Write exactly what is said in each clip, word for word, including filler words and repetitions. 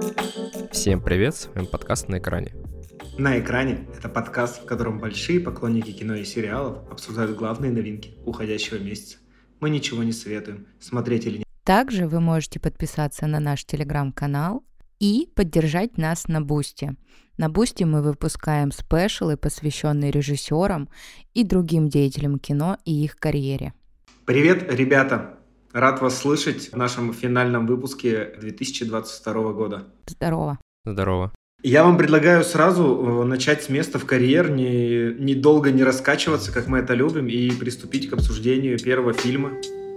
Всем привет, с вами подкаст «На экране». «На экране» — это подкаст, в котором большие поклонники кино и сериалов обсуждают главные новинки уходящего месяца. Мы ничего не советуем, смотреть или нет. Также вы можете подписаться на наш телеграм-канал и поддержать нас на Бусти. На Бусти мы выпускаем спешалы, посвященные режиссерам и другим деятелям кино и их карьере. Привет, ребята! Рад вас слышать в нашем финальном выпуске две тысячи двадцать второго года. Здорово. Здорово. Я вам предлагаю сразу начать с места в карьер, не, не долго не раскачиваться, как мы это любим, и приступить к обсуждению первого фильма.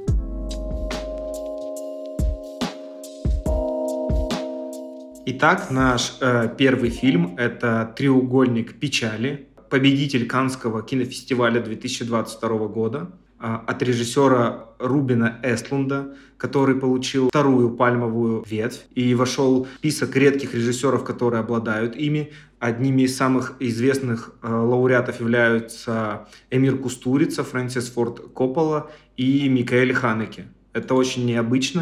Итак, наш э, первый фильм – это «Треугольник печали», победитель Каннского кинофестиваля две тысячи двадцать второго года, э, от режиссера Рубина Эстлунда, который получил вторую пальмовую ветвь и вошел в список редких режиссеров, которые обладают ими. Одними из самых известных э, лауреатов являются Эмир Кустурица, Фрэнсис Форд Коппола и Микаэль Ханеке. Это очень необычно.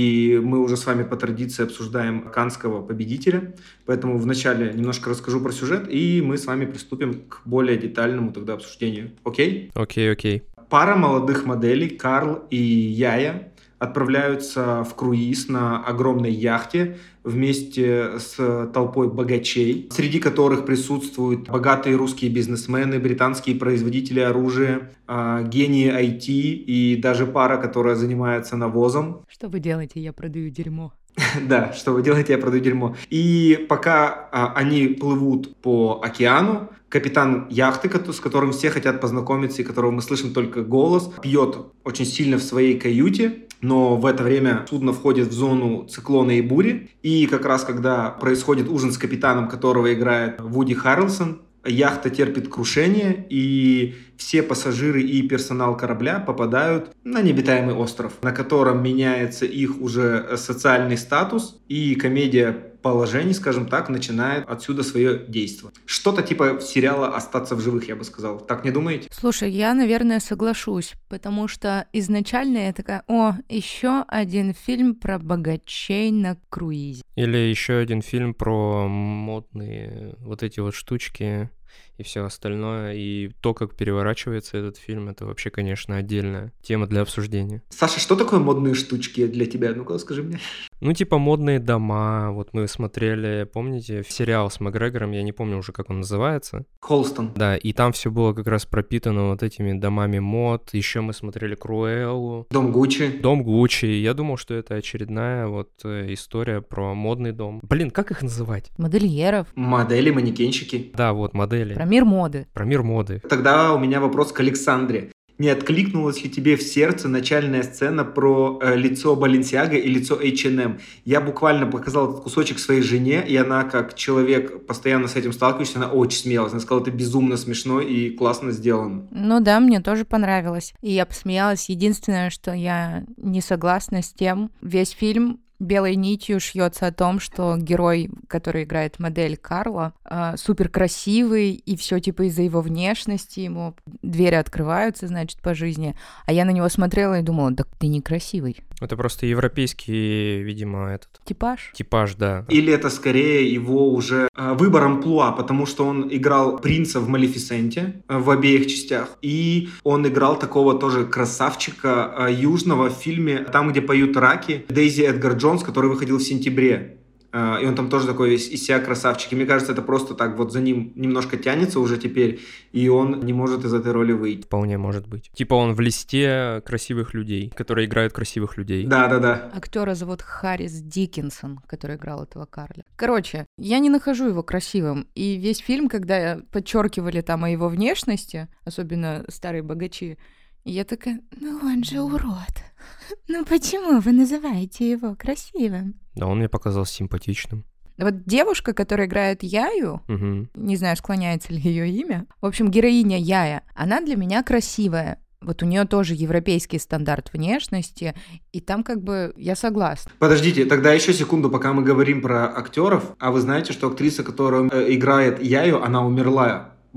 И мы уже с вами по традиции обсуждаем Каннского победителя, поэтому вначале немножко расскажу про сюжет, и мы с вами приступим к более детальному тогда обсуждению. Окей? Окей, окей. Пара молодых моделей, Карл и Яя, отправляются в круиз на огромной яхте вместе с толпой богачей, среди которых присутствуют богатые русские бизнесмены, британские производители оружия, гении ай ти и даже пара, которая занимается навозом. Что вы делаете? Я продаю дерьмо. Да, что вы делаете, я продаю дерьмо. И пока а, они плывут по океану, капитан яхты, с которым все хотят познакомиться и которого мы слышим только голос, пьет очень сильно в своей каюте, но в это время судно входит в зону циклона и бури. И как раз когда происходит ужин с капитаном, которого играет Вуди Харрельсон, яхта терпит крушение, и все пассажиры и персонал корабля попадают на необитаемый остров, на котором меняется их уже социальный статус, и комедия положений, скажем так, начинает отсюда свое действие. Что-то типа сериала «Остаться в живых», я бы сказал. Так не думаете? Слушай, я, наверное, соглашусь, потому что изначально я такая: о, еще один фильм про богачей на круизе. Или еще один фильм про модные вот эти вот штучки и все остальное. И то, как переворачивается этот фильм, это вообще, конечно, отдельная тема для обсуждения. Саша, что такое модные штучки для тебя? Ну-ка, скажи мне. Ну, типа модные дома. Вот мы смотрели, помните, сериал с Макгрегором, я не помню уже, как он называется. Холстон. Да, и там все было как раз пропитано вот этими домами мод. Еще мы смотрели Круэллу. Дом Гуччи. Дом Гуччи. Я думал, что это очередная вот история про модный дом. Блин, как их называть? Модельеров. Модели, манекенщики. Да, вот модели. Про мир моды. Про мир моды. Тогда у меня вопрос к Александре. Не откликнулась ли тебе в сердце начальная сцена про э, лицо Баленсиага и лицо эйч энд эм? Я буквально показал этот кусочек своей жене, и она, как человек, постоянно с этим сталкивающийся, она очень смеялась. Она сказала, это безумно смешно и классно сделано. Ну да, мне тоже понравилось. И я посмеялась. Единственное, что я не согласна с тем, весь фильм белой нитью шьется о том, что герой, который играет модель Карла, э, супер красивый, и все типа из-за его внешности, ему двери открываются, значит, по жизни. А я на него смотрела и думала: да ты некрасивый. Это просто европейский, видимо, этот... Типаж? Типаж, да. Или это скорее его уже э, выбор амплуа, потому что он играл принца в «Малефисенте» э, в обеих частях, и он играл такого тоже красавчика э, южного в фильме «Там, где поют раки» Дейзи Эдгар Джонс, который выходил в сентябре. И он там тоже такой весь из себя красавчик. И мне кажется, это просто так вот за ним немножко тянется уже теперь, и он не может из этой роли выйти. Вполне может быть. Типа он в листе красивых людей, которые играют красивых людей. Да-да-да. Актера зовут Харрис Диккинсон, который играл этого Карла. Короче, я не нахожу его красивым. И весь фильм, когда подчеркивали там о его внешности, особенно старые богачи, я такая: ну он же урод. Ну почему вы называете его красивым? Да, он мне показался симпатичным. Вот девушка, которая играет Яю, угу. Не знаю, склоняется ли ее имя, в общем, героиня Яя, она для меня красивая. Вот у нее тоже европейский стандарт внешности, и там как бы я согласна. Подождите, тогда еще секунду, пока мы говорим про актеров. А вы знаете, что актриса, которая играет Яю, она умерла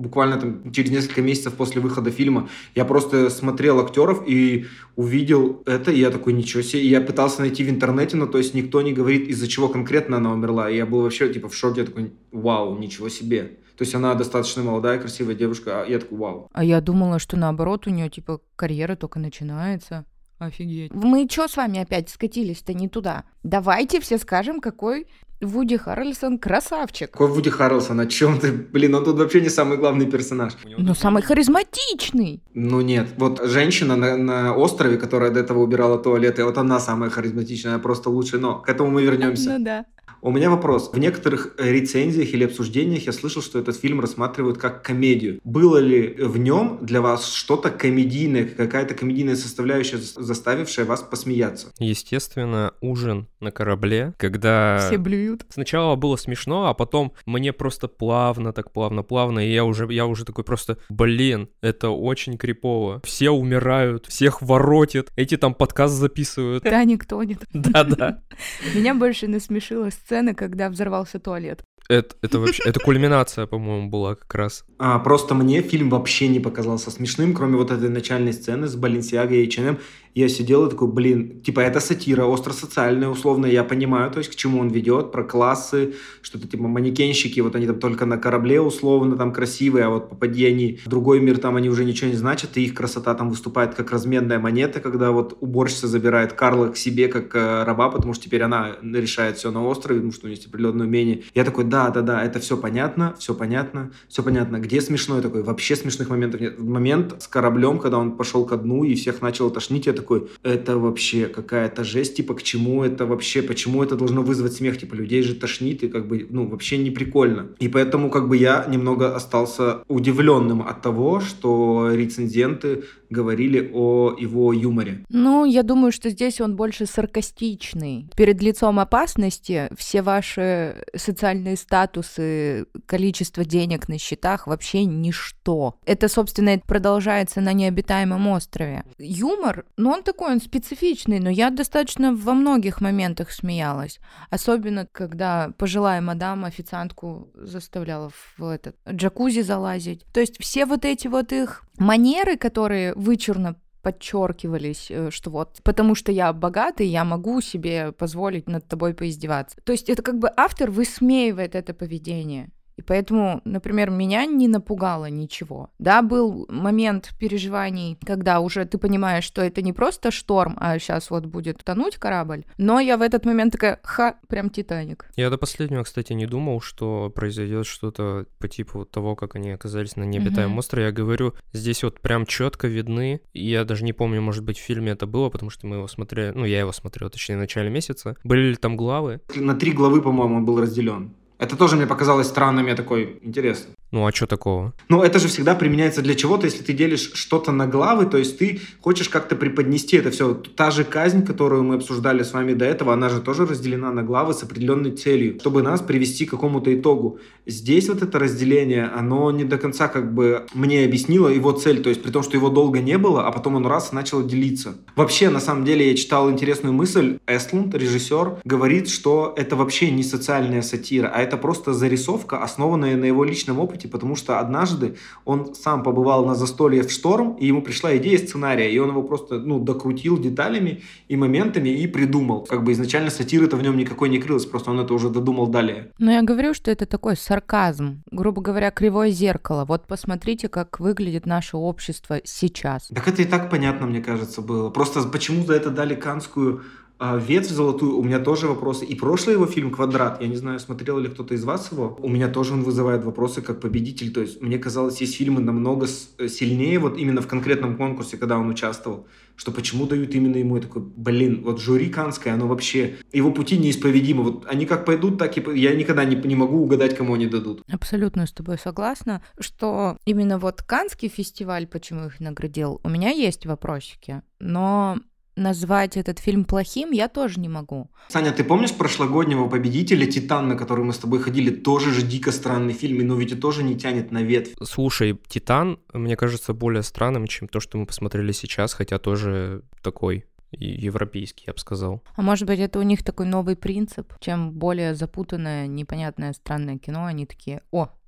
буквально там через несколько месяцев после выхода фильма. Я просто смотрел актеров и увидел это, и я такой, ничего себе. И я пытался найти в интернете, но то есть никто не говорит, из-за чего конкретно она умерла. И я был вообще типа в шоке, я такой, вау, ничего себе. То есть она достаточно молодая, красивая девушка, а я такой, вау. А я думала, что наоборот, у нее типа карьера только начинается. Офигеть. Мы чё с вами опять скатились-то не туда? Давайте все скажем, какой Вуди Харрельсон красавчик. Какой Вуди Харрельсон? О чем ты? Блин, он тут вообще не самый главный персонаж. Но самый харизматичный. Ну нет, вот женщина на, на острове, которая до этого убирала туалеты, вот она самая харизматичная, просто лучше, но к этому мы вернемся. Ну да. У меня вопрос. В некоторых рецензиях или обсуждениях я слышал, что этот фильм рассматривают как комедию. Было ли в нем для вас что-то комедийное, какая-то комедийная составляющая, заставившая вас посмеяться? Естественно, ужин на корабле, когда... Все блюют. Сначала было смешно, а потом мне просто плавно, так плавно-плавно, и я уже, я уже такой просто, блин, это очень крипово. Все умирают, всех воротит, эти там подкаст записывают. Таник тонет. Да-да. Меня больше насмешила сцена, когда взорвался туалет. Это, это вообще, это кульминация, по-моему, была как раз. А, просто мне фильм вообще не показался смешным, кроме вот этой начальной сцены с Balenciaga и эйч энд эм. Я сидел и такой, блин, типа это сатира, остро-социальная, условно, я понимаю, то есть к чему он ведет, про классы, что-то типа манекенщики, вот они там только на корабле условно там красивые, а вот попади они в другой мир, там они уже ничего не значат, и их красота там выступает как разменная монета, когда вот уборщица забирает Карла к себе как э, раба, потому что теперь она решает все на острове, потому что у нее есть определенное умение. Я такой, да, да, да, это все понятно, все понятно, все понятно. Где смешной такой? Вообще смешных моментов нет. Момент с кораблем, когда он пошел ко дну и всех начал тошнить, я такой, это вообще какая-то жесть, типа, к чему это вообще, почему это должно вызвать смех, типа, людей же тошнит, и как бы, ну, вообще не прикольно. И поэтому, как бы, я немного остался удивленным от того, что рецензенты говорили о его юморе. Ну, я думаю, что здесь он больше саркастичный. Перед лицом опасности все ваши социальные статусы, количество денег на счетах вообще ничто. Это, собственно, продолжается на необитаемом острове. Юмор, ну, он такой, он специфичный, но я достаточно во многих моментах смеялась. Особенно, когда пожилая мадам официантку заставляла в этот джакузи залазить. То есть все вот эти вот их манеры, которые вычурно подчеркивались, что вот потому что я богатый, я могу себе позволить над тобой поиздеваться. То есть это как бы автор высмеивает это поведение. И поэтому, например, меня не напугало ничего. Да, был момент переживаний, когда уже ты понимаешь, что это не просто шторм, а сейчас вот будет тонуть корабль. Но я в этот момент такая, ха, прям Титаник. Я до последнего, кстати, не думал, что произойдет что-то по типу того, как они оказались на необитаемом mm-hmm. острове. Я говорю, здесь вот прям четко видны. Я даже не помню, может быть, в фильме это было, потому что мы его смотрели, ну, я его смотрел, точнее, в начале месяца. Были ли там главы? На три главы, по-моему, он был разделен. Это тоже мне показалось странным, я такой, интересно. Ну, а что такого? Ну, это же всегда применяется для чего-то, если ты делишь что-то на главы, то есть ты хочешь как-то преподнести это все. Та же казнь, которую мы обсуждали с вами до этого, она же тоже разделена на главы с определенной целью, чтобы нас привести к какому-то итогу. Здесь вот это разделение, оно не до конца как бы мне объяснило его цель, то есть при том, что его долго не было, а потом он раз начал делиться. Вообще, на самом деле, я читал интересную мысль. Эстлунд, режиссер, говорит, что это вообще не социальная сатира, а это просто зарисовка, основанная на его личном опыте, потому что однажды он сам побывал на застолье в «Шторм», и ему пришла идея сценария, и он его просто, ну, докрутил деталями и моментами и придумал. Как бы изначально сатиры-то в нем никакой не крылась, просто он это уже додумал далее. Но я говорю, что это такой сарказм, грубо говоря, кривое зеркало. Вот посмотрите, как выглядит наше общество сейчас. Так это и так понятно, мне кажется, было. Просто почему за это дали каннскую ветвь золотую, у меня тоже вопросы. И прошлый его фильм «Квадрат», я не знаю, смотрел ли кто-то из вас его, у меня тоже он вызывает вопросы как победитель. То есть мне казалось, есть фильмы намного сильнее вот именно в конкретном конкурсе, когда он участвовал, что почему дают именно ему. Я такой, блин, вот жюри каннское, оно вообще, его пути неисповедимы. Вот они как пойдут, так и я никогда не, не могу угадать, кому они дадут. Абсолютно с тобой согласна, что именно вот Каннский фестиваль, почему их наградил, у меня есть вопросики, но назвать этот фильм плохим я тоже не могу. Саня, ты помнишь прошлогоднего победителя «Титан», на который мы с тобой ходили? Тоже же дико странный фильм, но ведь и тоже не тянет на ветвь. Слушай, «Титан», мне кажется, более странным, чем то, что мы посмотрели сейчас, хотя тоже такой европейский, я бы сказал. А может быть, это у них такой новый принцип? Чем более запутанное, непонятное, странное кино, они такие, о,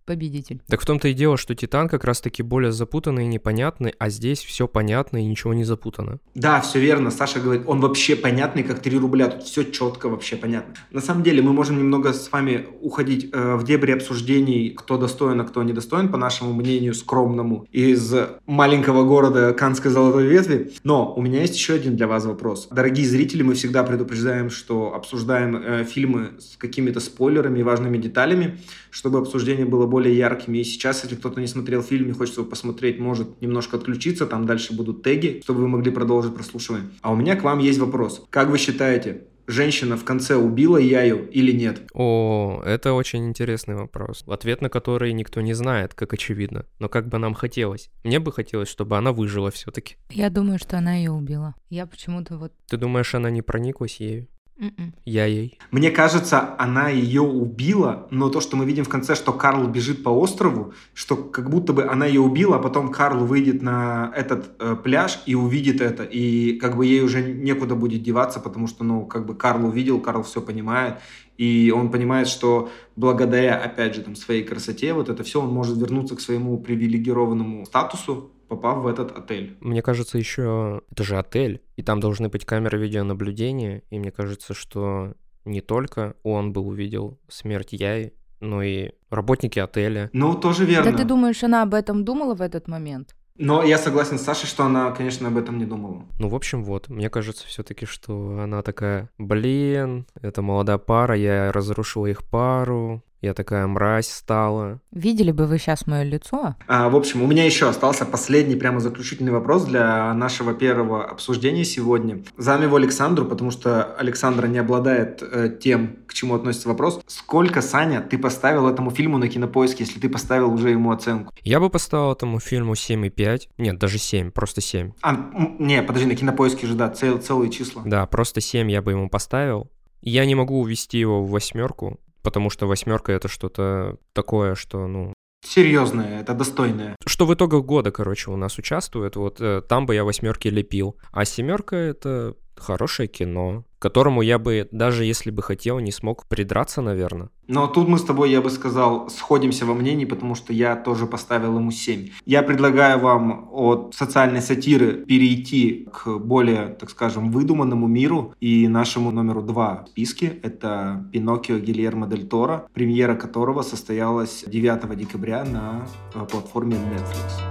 победитель. Так в том-то и дело, что «Титан» как раз-таки более запутанный и непонятный, а здесь все понятно и ничего не запутано. Да, все верно. Саша говорит, он вообще понятный, как три рубля. Тут все четко вообще понятно. На самом деле мы можем немного с вами уходить э, в дебри обсуждений, кто достоин, а кто недостоин, по нашему мнению скромному, из маленького города Каннской золотой ветви. Но у меня есть еще один для вас вопрос. Дорогие зрители, мы всегда предупреждаем, что обсуждаем э, фильмы с какими-то спойлерами и важными деталями, чтобы обсуждение было более яркими. И сейчас, если кто-то не смотрел фильм и хочет его посмотреть, может немножко отключиться, там дальше будут теги, чтобы вы могли продолжить прослушивание. А у меня к вам есть вопрос. Как вы считаете, женщина в конце убила Яю или нет? О, это очень интересный вопрос, ответ на который никто не знает, как очевидно. Но как бы нам хотелось. Мне бы хотелось, чтобы она выжила все-таки. Я думаю, что она ее убила. Я почему-то вот... Ты думаешь, она не прониклась ею? Mm-mm. Я ей. Мне кажется, она ее убила, но то, что мы видим в конце, что Карл бежит по острову, что как будто бы она ее убила, а потом Карл выйдет на этот э, пляж и увидит это, и как бы ей уже некуда будет деваться, потому что, ну, как бы Карл увидел, Карл все понимает, и он понимает, что благодаря, опять же, там, своей красоте, вот это все, он может вернуться к своему привилегированному статусу, попав в этот отель. Мне кажется, еще это же отель, и там должны быть камеры видеонаблюдения, и мне кажется, что не только он бы увидел смерть Яи, но и работники отеля. Ну, тоже верно. Да ты думаешь, она об этом думала в этот момент? Но я согласен с Сашей, что она, конечно, об этом не думала. Ну, в общем, вот, мне кажется все-таки, что она такая, блин, это молодая пара, я разрушила их пару, я такая мразь стала. Видели бы вы сейчас мое лицо? А, в общем, у меня еще остался последний, прямо заключительный вопрос для нашего первого обсуждения сегодня. Задам его Александру, потому что Александра не обладает э, тем, к чему относится вопрос. Сколько, Саня, ты поставил этому фильму на Кинопоиске, если ты поставил уже ему оценку? Я бы поставил этому фильму семь и пять. Нет, даже семь, просто семь. А, м, не, подожди, на Кинопоиске же, да, цел, целые числа. Да, просто семь я бы ему поставил. Я не могу увести его в восьмерку, потому что восьмерка это что-то такое, что, ну... Серьезное, это достойное. Что в итогах года, короче, у нас участвует, вот э, там бы я восьмерки лепил. А семерка это хорошее кино, к которому я бы, даже если бы хотел, не смог придраться, наверное. Но тут мы с тобой, я бы сказал, сходимся во мнении, потому что я тоже поставил ему семь. Я предлагаю вам от социальной сатиры перейти к более, так скажем, выдуманному миру и нашему номеру два в списке. Это «Пиноккио» Гильермо дель Торо, премьера которого состоялась девятого декабря на платформе Netflix.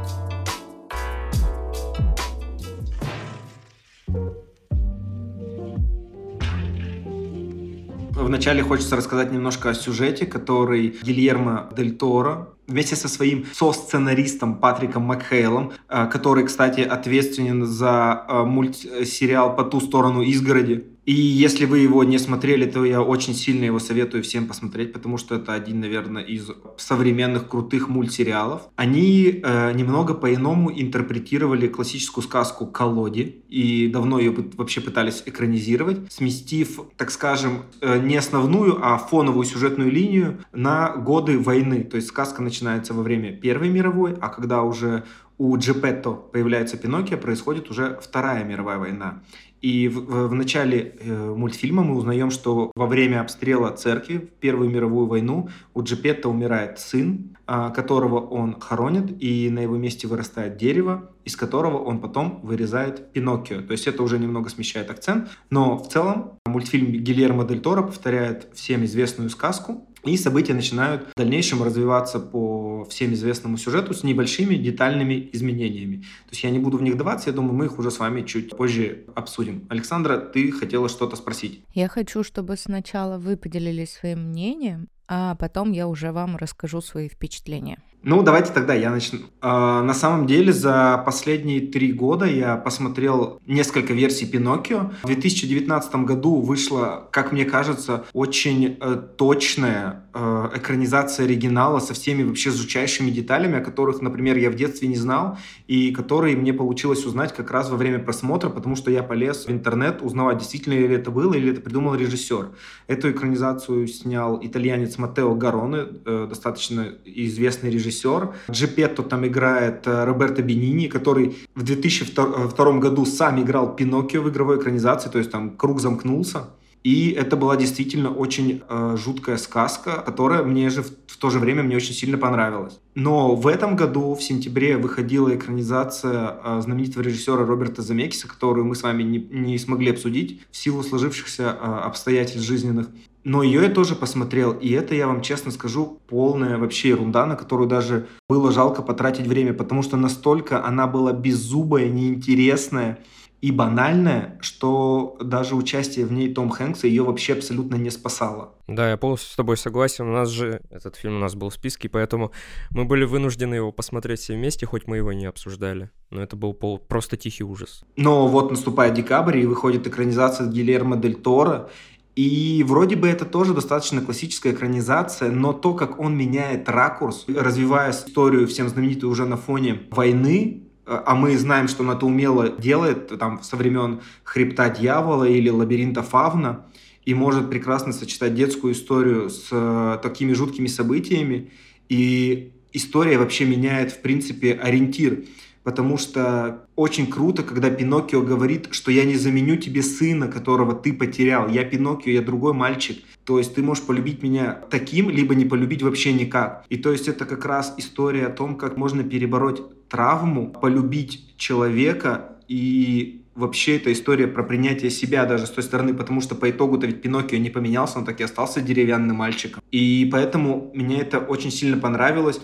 Вначале хочется рассказать немножко о сюжете, который Гильермо дель Торо вместе со своим со-сценаристом Патриком Макхейлом, который, кстати, ответственен за мультсериал «По ту сторону изгороди». И если вы его не смотрели, то я очень сильно его советую всем посмотреть, потому что это один, наверное, из современных крутых мультсериалов. Они э, немного по-иному интерпретировали классическую сказку «Колоди», и давно ее вообще пытались экранизировать, сместив, так скажем, э, не основную, а фоновую сюжетную линию на годы войны. То есть сказка начинается во время Первой мировой, а когда уже у Джепетто появляется Пиноккио, происходит уже Вторая мировая война. И в, в, в начале э, мультфильма мы узнаем, что во время обстрела церкви в Первую мировую войну у Джепетто умирает сын, э, которого он хоронит, и на его месте вырастает дерево, из которого он потом вырезает Пиноккио. То есть это уже немного смещает акцент, но в целом мультфильм Гильермо дель Торо повторяет всем известную сказку, и события начинают в дальнейшем развиваться по всем известному сюжету с небольшими детальными изменениями. То есть я не буду в них даваться, я думаю, мы их уже с вами чуть позже обсудим. Александра, ты хотела что-то спросить? Я хочу, чтобы сначала вы поделились своим мнением, а потом я уже вам расскажу свои впечатления. Ну, давайте тогда я начну. Э, на самом деле, за последние три года я посмотрел несколько версий Пиноккио. В две тысячи девятнадцатом году вышла, как мне кажется, очень э, точная э, экранизация оригинала со всеми вообще жутчайшими деталями, о которых, например, я в детстве не знал, и которые мне получилось узнать как раз во время просмотра, потому что я полез в интернет узнавать, действительно ли это было, или это придумал режиссер. Эту экранизацию снял итальянец Маттео Гароне, э, достаточно известный режиссер. Джепетто там играет Роберто Бенини, который в две тысячи втором году сам играл Пиноккио в игровой экранизации, то есть там круг замкнулся. И это была действительно очень э, жуткая сказка, которая мне же в, в то же время мне очень сильно понравилась. Но в этом году, в сентябре, выходила экранизация э, знаменитого режиссера Роберта Земекиса, которую мы с вами не, не смогли обсудить в силу сложившихся э, обстоятельств жизненных. Но ее я тоже посмотрел, и это, я вам честно скажу, полная вообще ерунда, на которую даже было жалко потратить время, потому что настолько она была беззубая, неинтересная и банальная, что даже участие в ней Том Хэнкса ее вообще абсолютно не спасало. Да, я полностью с тобой согласен. У нас же этот фильм у нас был в списке, поэтому мы были вынуждены его посмотреть все вместе, хоть мы его не обсуждали. Но это был пол... просто тихий ужас. Но вот наступает декабрь, и выходит экранизация Гильермо дель Торо. И вроде бы это тоже достаточно классическая экранизация, но то, как он меняет ракурс, развивая историю всем знаменитую уже на фоне войны, а мы знаем, что он это умело делает там со времен «Хребта дьявола» или «Лабиринта Фавна», и может прекрасно сочетать детскую историю с э, такими жуткими событиями. И история вообще меняет, в принципе, ориентир. Потому что очень круто, когда Пиноккио говорит, что я не заменю тебе сына, которого ты потерял. Я Пиноккио, я другой мальчик. То есть ты можешь полюбить меня таким, либо не полюбить вообще никак. И то есть это как раз история о том, как можно перебороть травму, полюбить человека. И вообще это история про принятие себя даже с той стороны, потому что по итогу-то ведь Пиноккио не поменялся, он так и остался деревянным мальчиком. И поэтому мне это очень сильно понравилось.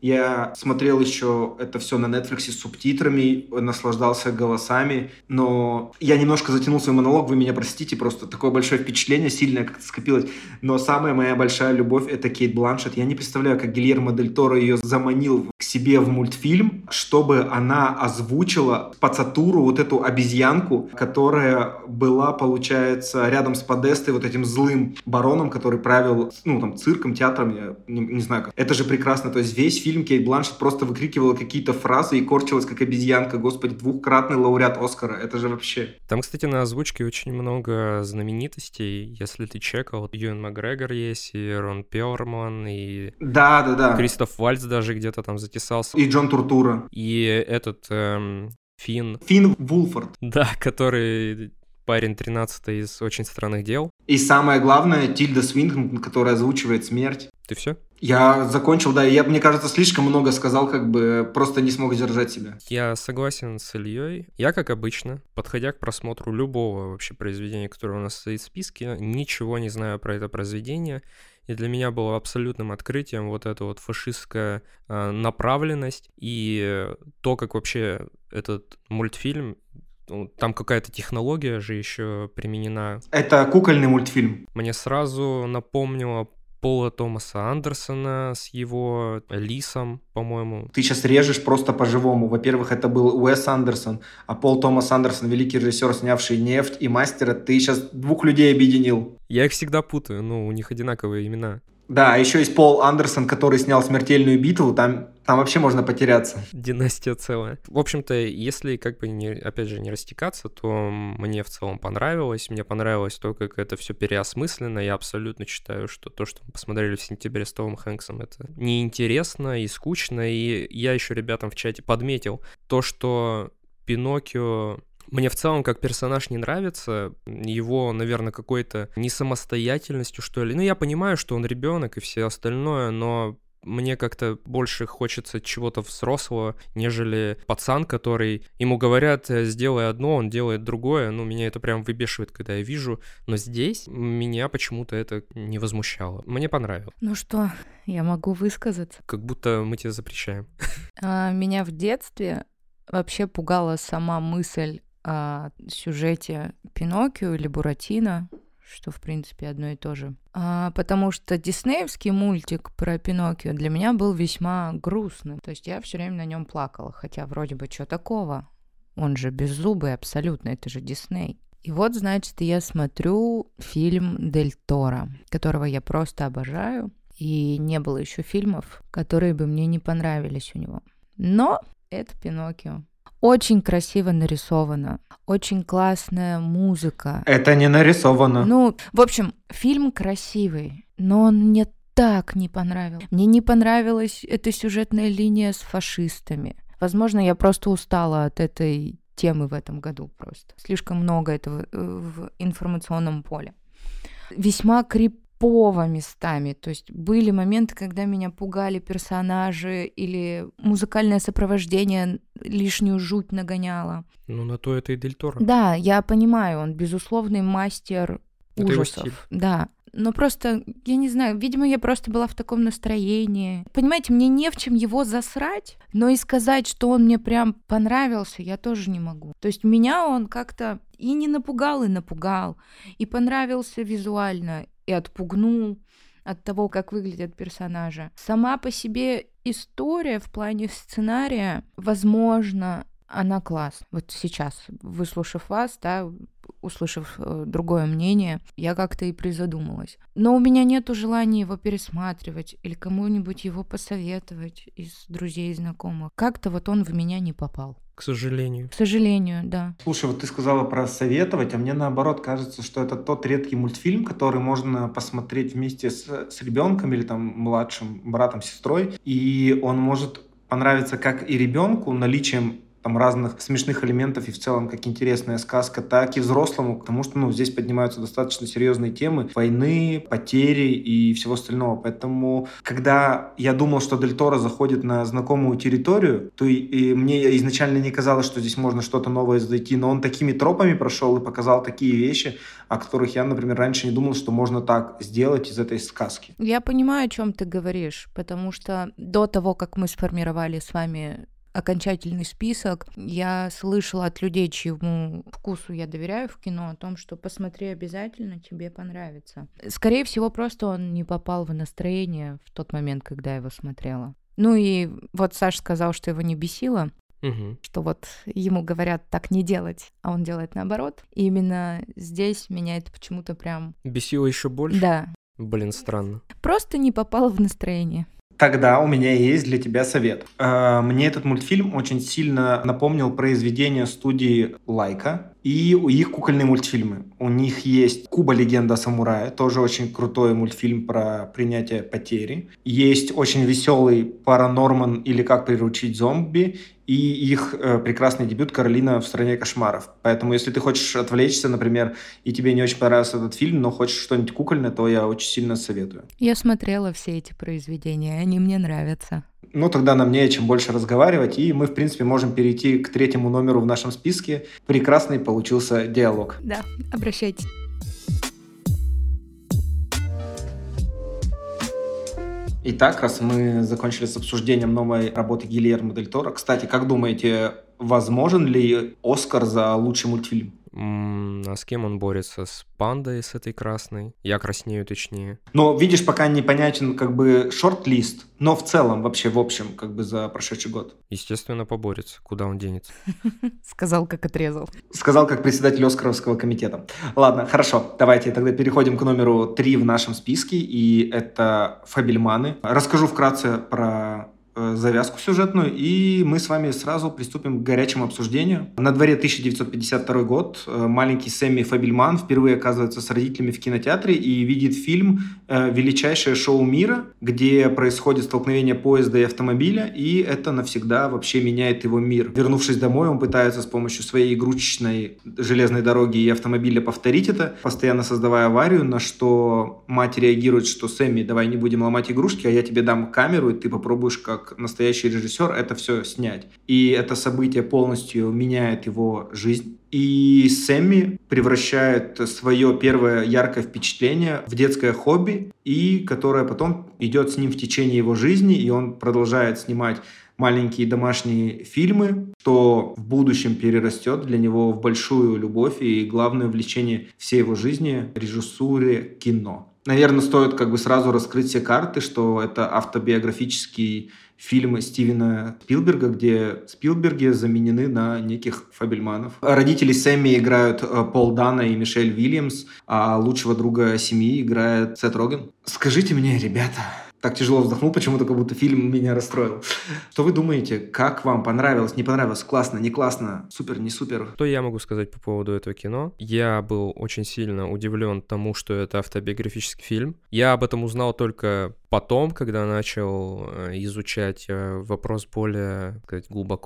Я смотрел еще это все на Netflix с субтитрами, наслаждался голосами, но я немножко затянул свой монолог, вы меня простите, просто такое большое впечатление, сильное как-то скопилось. Но самая моя большая любовь — это Кейт Бланшетт. Я не представляю, как Гильермо дель Торо ее заманил к себе в мультфильм, чтобы она озвучила Пацатуру, вот эту обезьянку, которая была, получается, рядом с Подестой, вот этим злым бароном, который правил, ну, там, цирком, театром, я не, не знаю как. Это же прекрасно, то есть весь фильм фильм Кейт Бланшетт просто выкрикивала какие-то фразы и корчилась как обезьянка. Господи, двухкратный лауреат Оскара. Это же вообще... Там, кстати, на озвучке очень много знаменитостей. Если ты чекал, Юэн Макгрегор есть, и Рон Перлман, и... Да, да, да. Кристоф Вальтз даже где-то там затесался. И Джон Туртура. И этот эм, Финн. Финн Вулфард. Да, который... парень тринадцатый из «Очень странных дел». И самое главное, Тильда Свинтон, которая озвучивает смерть. Ты все? Я закончил, да, я, мне кажется, слишком много сказал, как бы просто не смог сдержать себя. Я согласен с Ильей. Я, как обычно, подходя к просмотру любого вообще произведения, которое у нас стоит в списке, ничего не знаю про это произведение, и для меня было абсолютным открытием вот эта вот фашистская э, направленность и то, как вообще этот мультфильм, там какая-то технология же еще применена. Это кукольный мультфильм. Мне сразу напомнило Пола Томаса Андерсона с его Лисом, по-моему. Ты сейчас режешь просто по-живому. Во-первых, это был Уэс Андерсон, а Пол Томас Андерсон, великий режиссер, снявший «Нефть» и «Мастера». Ты сейчас двух людей объединил. Я их всегда путаю, ну, у них одинаковые имена. Да, еще есть Пол Андерсон, который снял «Смертельную битву», там, там вообще можно потеряться. Династия целая. В общем-то, если, как бы, не, опять же, не растекаться, то мне в целом понравилось. Мне понравилось то, как это все переосмысленно. Я абсолютно считаю, что то, что мы посмотрели в сентябре с Томом Хэнксом, это неинтересно и скучно. И я еще ребятам в чате подметил то, что Пиноккио... Мне в целом как персонаж не нравится, его, наверное, какой-то несамостоятельностью, что ли. Ну, я понимаю, что он ребенок и все остальное, но мне как-то больше хочется чего-то взрослого, нежели пацан, который... Ему говорят, сделай одно, он делает другое. Ну, меня это прям выбешивает, когда я вижу. Но здесь меня почему-то это не возмущало. Мне понравилось. Ну что, я могу высказаться? Как будто мы тебе запрещаем. А, меня в детстве вообще пугала сама мысль о сюжете Пиноккио или Буратино, что, в принципе, одно и то же. А, потому что диснеевский мультик про Пиноккио для меня был весьма грустным. То есть я все время на нем плакала, хотя вроде бы что такого? Он же беззубый абсолютно, это же Дисней. И вот, значит, я смотрю фильм Дель Торо, которого я просто обожаю, и не было еще фильмов, которые бы мне не понравились у него. Но это Пиноккио. Очень красиво нарисовано, очень классная музыка. Это не нарисовано. Ну, в общем, фильм красивый, но он мне так не понравился. Мне не понравилась эта сюжетная линия с фашистами. Возможно, я просто устала от этой темы в этом году просто. Слишком много этого в информационном поле. весьма крипово местами. То есть были моменты, когда меня пугали персонажи или музыкальное сопровождение лишнюю жуть нагоняло. Ну, на то это и Дель Торо. Да, я понимаю, он безусловный мастер Это его ужасов. стиль. Да. Но просто, я не знаю, видимо, я просто была в таком настроении. Понимаете, мне не в чем его засрать, но и сказать, что он мне прям понравился, я тоже не могу. То есть меня он как-то и не напугал, и напугал, и понравился визуально, и отпугнул от того, как выглядят персонажи. Сама по себе история в плане сценария, возможно, она класс. Вот сейчас, выслушав вас, да, услышав э, другое мнение, я как-то и призадумалась. Но у меня нету желания его пересматривать или кому-нибудь его посоветовать из друзей и знакомых. Как-то вот он в меня не попал. К сожалению. К сожалению, да. Слушай, вот ты сказала про советовать, а мне наоборот кажется, что это тот редкий мультфильм, который можно посмотреть вместе с, с ребенком или там младшим братом, сестрой, и он может понравиться как и ребенку наличием там разных смешных элементов и в целом как интересная сказка, так и взрослому, потому что ну, здесь поднимаются достаточно серьезные темы войны, потери и всего остального. Поэтому, когда я думал, что Дель Торо заходит на знакомую территорию, то и, и мне изначально не казалось, что здесь можно что-то новое зайти, но он такими тропами прошел и показал такие вещи, о которых я, например, раньше не думал, что можно так сделать из этой сказки. Я понимаю, о чем ты говоришь, потому что до того, как мы сформировали с вами окончательный список, я слышала от людей, чьему вкусу я доверяю в кино, о том, что посмотри обязательно, тебе понравится. Скорее всего, просто он не попал в настроение в тот момент, когда я его смотрела. Ну и вот Саша сказал, что его не бесило, Угу. что вот ему говорят так не делать, а он делает наоборот. И именно здесь меня это почему-то прям... Бесило еще больше? Да. Блин, странно. Просто не попал в настроение. Тогда у меня есть для тебя совет. Э, Мне этот мультфильм очень сильно напомнил произведение студии Лайка и их кукольные мультфильмы. У них есть Куба Легенда о самурае, тоже очень крутой мультфильм про принятие потери. Есть очень веселый Паранорман или Как приручить зомби и их э, прекрасный дебют «Каролина в стране кошмаров». Поэтому, если ты хочешь отвлечься, например, и тебе не очень понравился этот фильм, но хочешь что-нибудь кукольное, то я очень сильно советую. Я смотрела все эти произведения, они мне нравятся. Ну, тогда нам не о чем больше разговаривать, и мы, в принципе, можем перейти к третьему номеру в нашем списке. Прекрасный получился диалог. Да, обращайтесь. Итак, раз мы закончили с обсуждением новой работы Гильермо Дель Торо, кстати, как думаете, возможен ли Оскар за лучший мультфильм? М, А с кем он борется? С пандой, с этой красной? Я краснею, точнее. Но, видишь, пока непонятен как бы шорт-лист, но в целом, вообще, в общем, как бы за прошедший год. Естественно, поборется. Куда он денется? Сказал, как отрезал. Сказал как председатель Оскаровского комитета. Ладно, хорошо, давайте тогда переходим к номеру три в нашем списке, и это «Фабельманы». Расскажу вкратце про э, завязку сюжетную, и мы с вами сразу приступим к горячему обсуждению. На дворе тысяча девятьсот пятьдесят второй год. Э, маленький Сэмми Фабельман впервые оказывается с родителями в кинотеатре и видит фильм э, «Величайшее шоу мира», где происходит столкновение поезда и автомобиля, и это навсегда вообще меняет его мир. Вернувшись домой, он пытается с помощью своей игрушечной железной дороги и автомобиля повторить это, постоянно создавая аварию, на что мать реагирует, что «Сэмми, давай не будем ломать игрушки, а я тебе дам камеру, и ты попробуешь как настоящий режиссер это все снять». И это событие полностью меняет его жизнь. И Сэмми превращает свое первое яркое впечатление в детское хобби, и которое потом идет с ним в течение его жизни, и он продолжает снимать маленькие домашние фильмы, что в будущем перерастет для него в большую любовь и главное увлечение всей его жизни — режиссуре кино. Наверное, стоит как бы сразу раскрыть все карты, что это автобиографический фильм Стивена Спилберга, где Спилберги заменены на неких Фабельманов. Родители Сэмми играют Пол Дано и Мишель Уильямс, а лучшего друга семьи играет Сет Роген. Скажите мне, ребята... Так тяжело вздохнул, почему-то как будто фильм меня расстроил. Что вы думаете? Как вам? Понравилось? Не понравилось? Классно? Не классно? Супер? Не супер? Что я могу сказать по поводу этого кино? Я был очень сильно удивлен тому, что это автобиографический фильм. Я об этом узнал только потом, когда начал изучать вопрос более, так сказать, глубоко.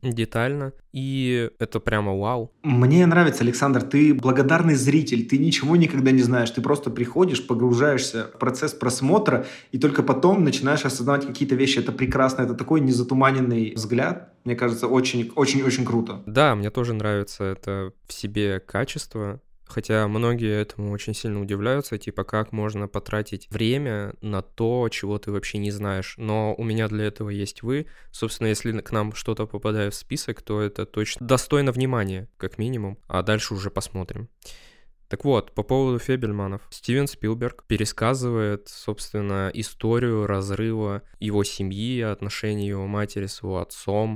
детально, и это прямо вау. Мне нравится, Александр, ты благодарный зритель, ты ничего никогда не знаешь, ты просто приходишь, погружаешься в процесс просмотра, и только потом начинаешь осознавать какие-то вещи. Это прекрасно, это такой незатуманенный взгляд, мне кажется, очень-очень-очень круто. Да, мне тоже нравится это в себе качество. Хотя многие этому очень сильно удивляются, типа, как можно потратить время на то, чего ты вообще не знаешь. Но у меня для этого есть вы. Собственно, если к нам что-то попадает в список, то это точно достойно внимания, как минимум. А дальше уже посмотрим. Так вот, по поводу Фейбельманов. Стивен Спилберг пересказывает, собственно, историю разрыва его семьи, отношений его матери с его отцом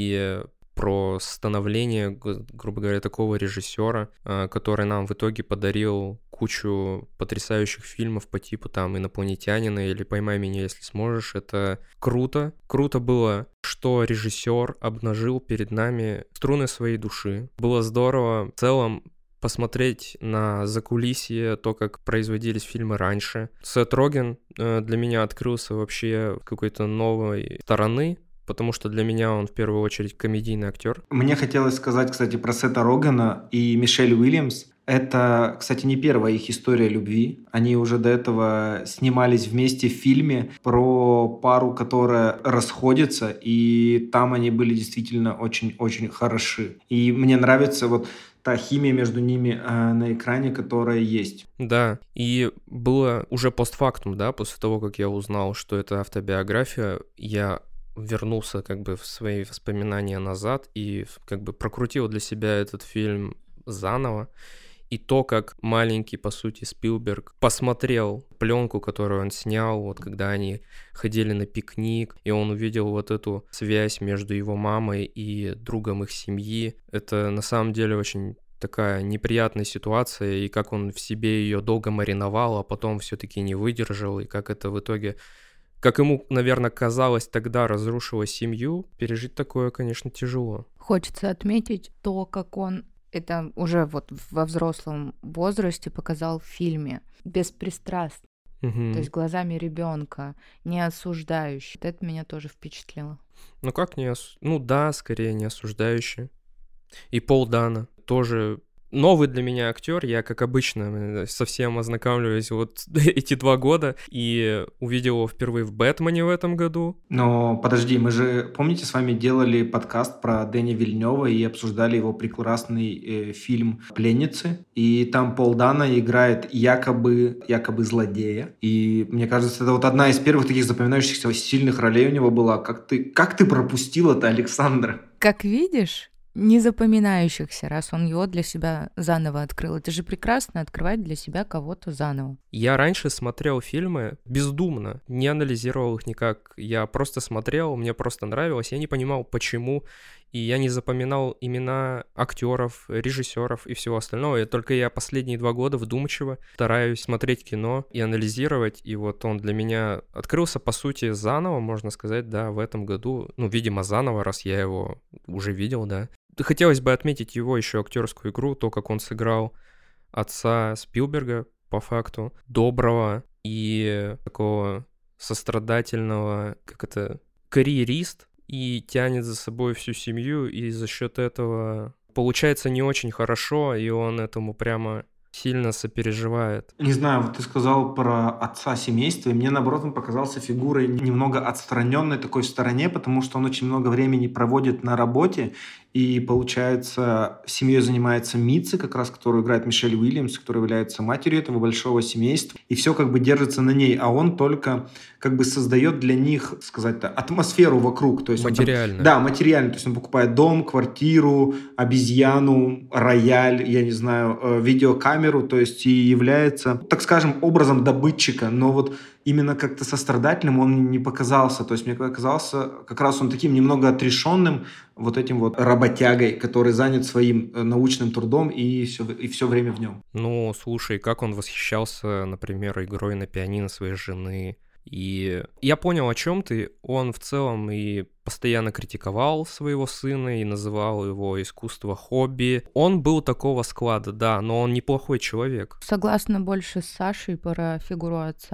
и про становление, грубо говоря, такого режиссера, который нам в итоге подарил кучу потрясающих фильмов по типу там «Инопланетянина» или «Поймай меня, если сможешь». Это круто. Круто было, что режиссер обнажил перед нами струны своей души. Было здорово в целом посмотреть на закулисье, то, как производились фильмы раньше. Сет Роген для меня открылся вообще какой-то новой стороны, потому что для меня он в первую очередь комедийный актер. Мне хотелось сказать, кстати, про Сета Рогена и Мишель Уильямс. Это, кстати, не первая их история любви. Они уже до этого снимались вместе в фильме про пару, которая расходится, и там они были действительно очень-очень хороши. И мне нравится вот та химия между ними э, на экране, которая есть. Да, и было уже постфактум, да, после того, как я узнал, что это автобиография, я вернулся как бы в свои воспоминания назад и как бы прокрутил для себя этот фильм заново. И то, как маленький, по сути, Спилберг посмотрел пленку, которую он снял, вот когда они ходили на пикник, и он увидел вот эту связь между его мамой и другом их семьи. Это на самом деле очень такая неприятная ситуация, и как он в себе ее долго мариновал, а потом все-таки не выдержал, и как это в итоге, как ему, наверное, казалось тогда, разрушило семью. Пережить такое, конечно, тяжело. Хочется отметить то, как он это уже вот во взрослом возрасте показал в фильме, беспристрастно, Угу. то есть глазами ребенка, не осуждающий. Это меня тоже впечатлило. Ну как не ос... Ну да, скорее не осуждающий. И Пол Дано тоже новый для меня актер. Я, как обычно, совсем ознакомливаюсь вот эти два года и увидел его впервые в «Бэтмене» в этом году. Но подожди, мы же, помните, с вами делали подкаст про Дэни Вильнёва и обсуждали его прекрасный э, фильм «Пленницы». И там Пол Дано играет якобы, якобы злодея. И мне кажется, это вот одна из первых таких запоминающихся сильных ролей у него была. Как ты, как ты пропустил это, Александра? Как видишь, не запоминающихся, раз он его для себя заново открыл. Это же прекрасно, открывать для себя кого-то заново. Я раньше смотрел фильмы бездумно, не анализировал их никак. Я просто смотрел, мне просто нравилось, я не понимал, почему, и я не запоминал имена актеров, режиссеров и всего остального. И только я последние два года вдумчиво стараюсь смотреть кино и анализировать, и вот он для меня открылся, по сути, заново, можно сказать, да, в этом году. Ну, видимо, заново, раз я его уже видел, да. Хотелось бы отметить его еще актерскую игру, то, как он сыграл отца Спилберга, по факту, доброго и такого сострадательного, как это, карьерист, и тянет за собой всю семью, и за счет этого получается не очень хорошо, и он этому прямо сильно сопереживает. Не знаю, вот ты сказал про отца семейства, и мне, наоборот, он показался фигурой немного отстраненной такой в стороне, потому что он очень много времени проводит на работе, и, получается, семьей занимается Митца, как раз, которую играет Мишель Уильямс, которая является матерью этого большого семейства, и все как бы держится на ней, а он только как бы создает для них, сказать-то, атмосферу вокруг. То есть материально. Он там, да, материально. То есть он покупает дом, квартиру, обезьяну, рояль, я не знаю, видеокамеру, то есть и является, так скажем, образом добытчика, но вот именно как-то сострадательным он не показался. То есть мне казался как раз он таким немного отрешенным, вот этим вот работягой, который занят своим научным трудом и все, и все время в нем. Ну, слушай, как он восхищался, например, игрой на пианино своей жены. И я понял, о чем ты. Он в целом и постоянно критиковал своего сына и называл его искусство хобби. Он был такого склада, да, но он неплохой человек. Согласна больше с Сашей про фигуру отца,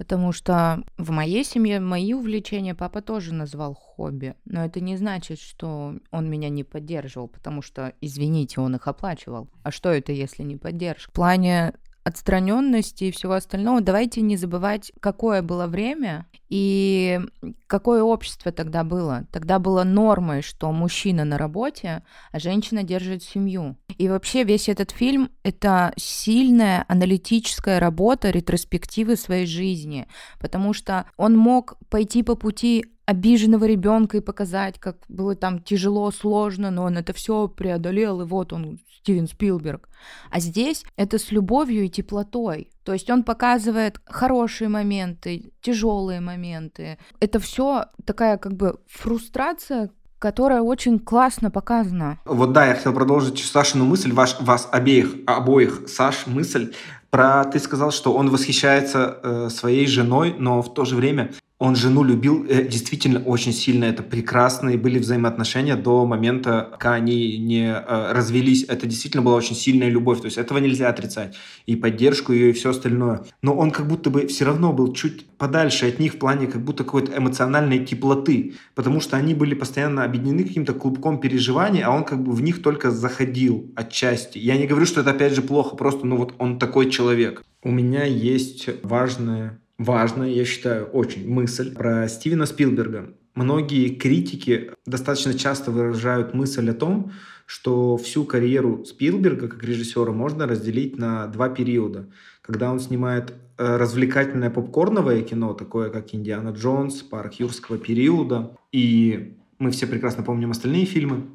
Потому что в моей семье мои увлечения папа тоже назвал хобби. Но это не значит, что он меня не поддерживал, потому что, извините, он их оплачивал. А что это, если не поддержка? В плане отстраненности и всего остального, давайте не забывать, какое было время и какое общество тогда было. Тогда было нормой, что мужчина на работе, а женщина держит семью. И вообще весь этот фильм — это сильная аналитическая работа ретроспективы своей жизни, потому что он мог пойти по пути обиженного ребенка и показать, как было там тяжело, сложно, но он это все преодолел, и вот он, Стивен Спилберг. А здесь это с любовью и теплотой. То есть он показывает хорошие моменты, тяжелые моменты. Это все такая как бы фрустрация, которая очень классно показана. Вот да, я хотел продолжить Сашину мысль, ваш, вас обеих, обоих, Саш, мысль про... Ты сказал, что он восхищается э, своей женой, но в то же время он жену любил э, действительно очень сильно. Это прекрасные были взаимоотношения до момента, пока они не э, развелись. Это действительно была очень сильная любовь. То есть этого нельзя отрицать. И поддержку ее, и все остальное. Но он как будто бы все равно был чуть подальше от них в плане как будто какой-то эмоциональной теплоты. Потому что они были постоянно объединены каким-то клубком переживаний, а он как бы в них только заходил отчасти. Я не говорю, что это опять же плохо, просто ну вот он такой человек. У меня есть важное... Важная, я считаю, очень мысль про Стивена Спилберга. Многие критики достаточно часто выражают мысль о том, что всю карьеру Спилберга как режиссера можно разделить на два периода. Когда он снимает развлекательное попкорновое кино, такое как «Индиана Джонс», «Парк юрского периода», и мы все прекрасно помним остальные фильмы.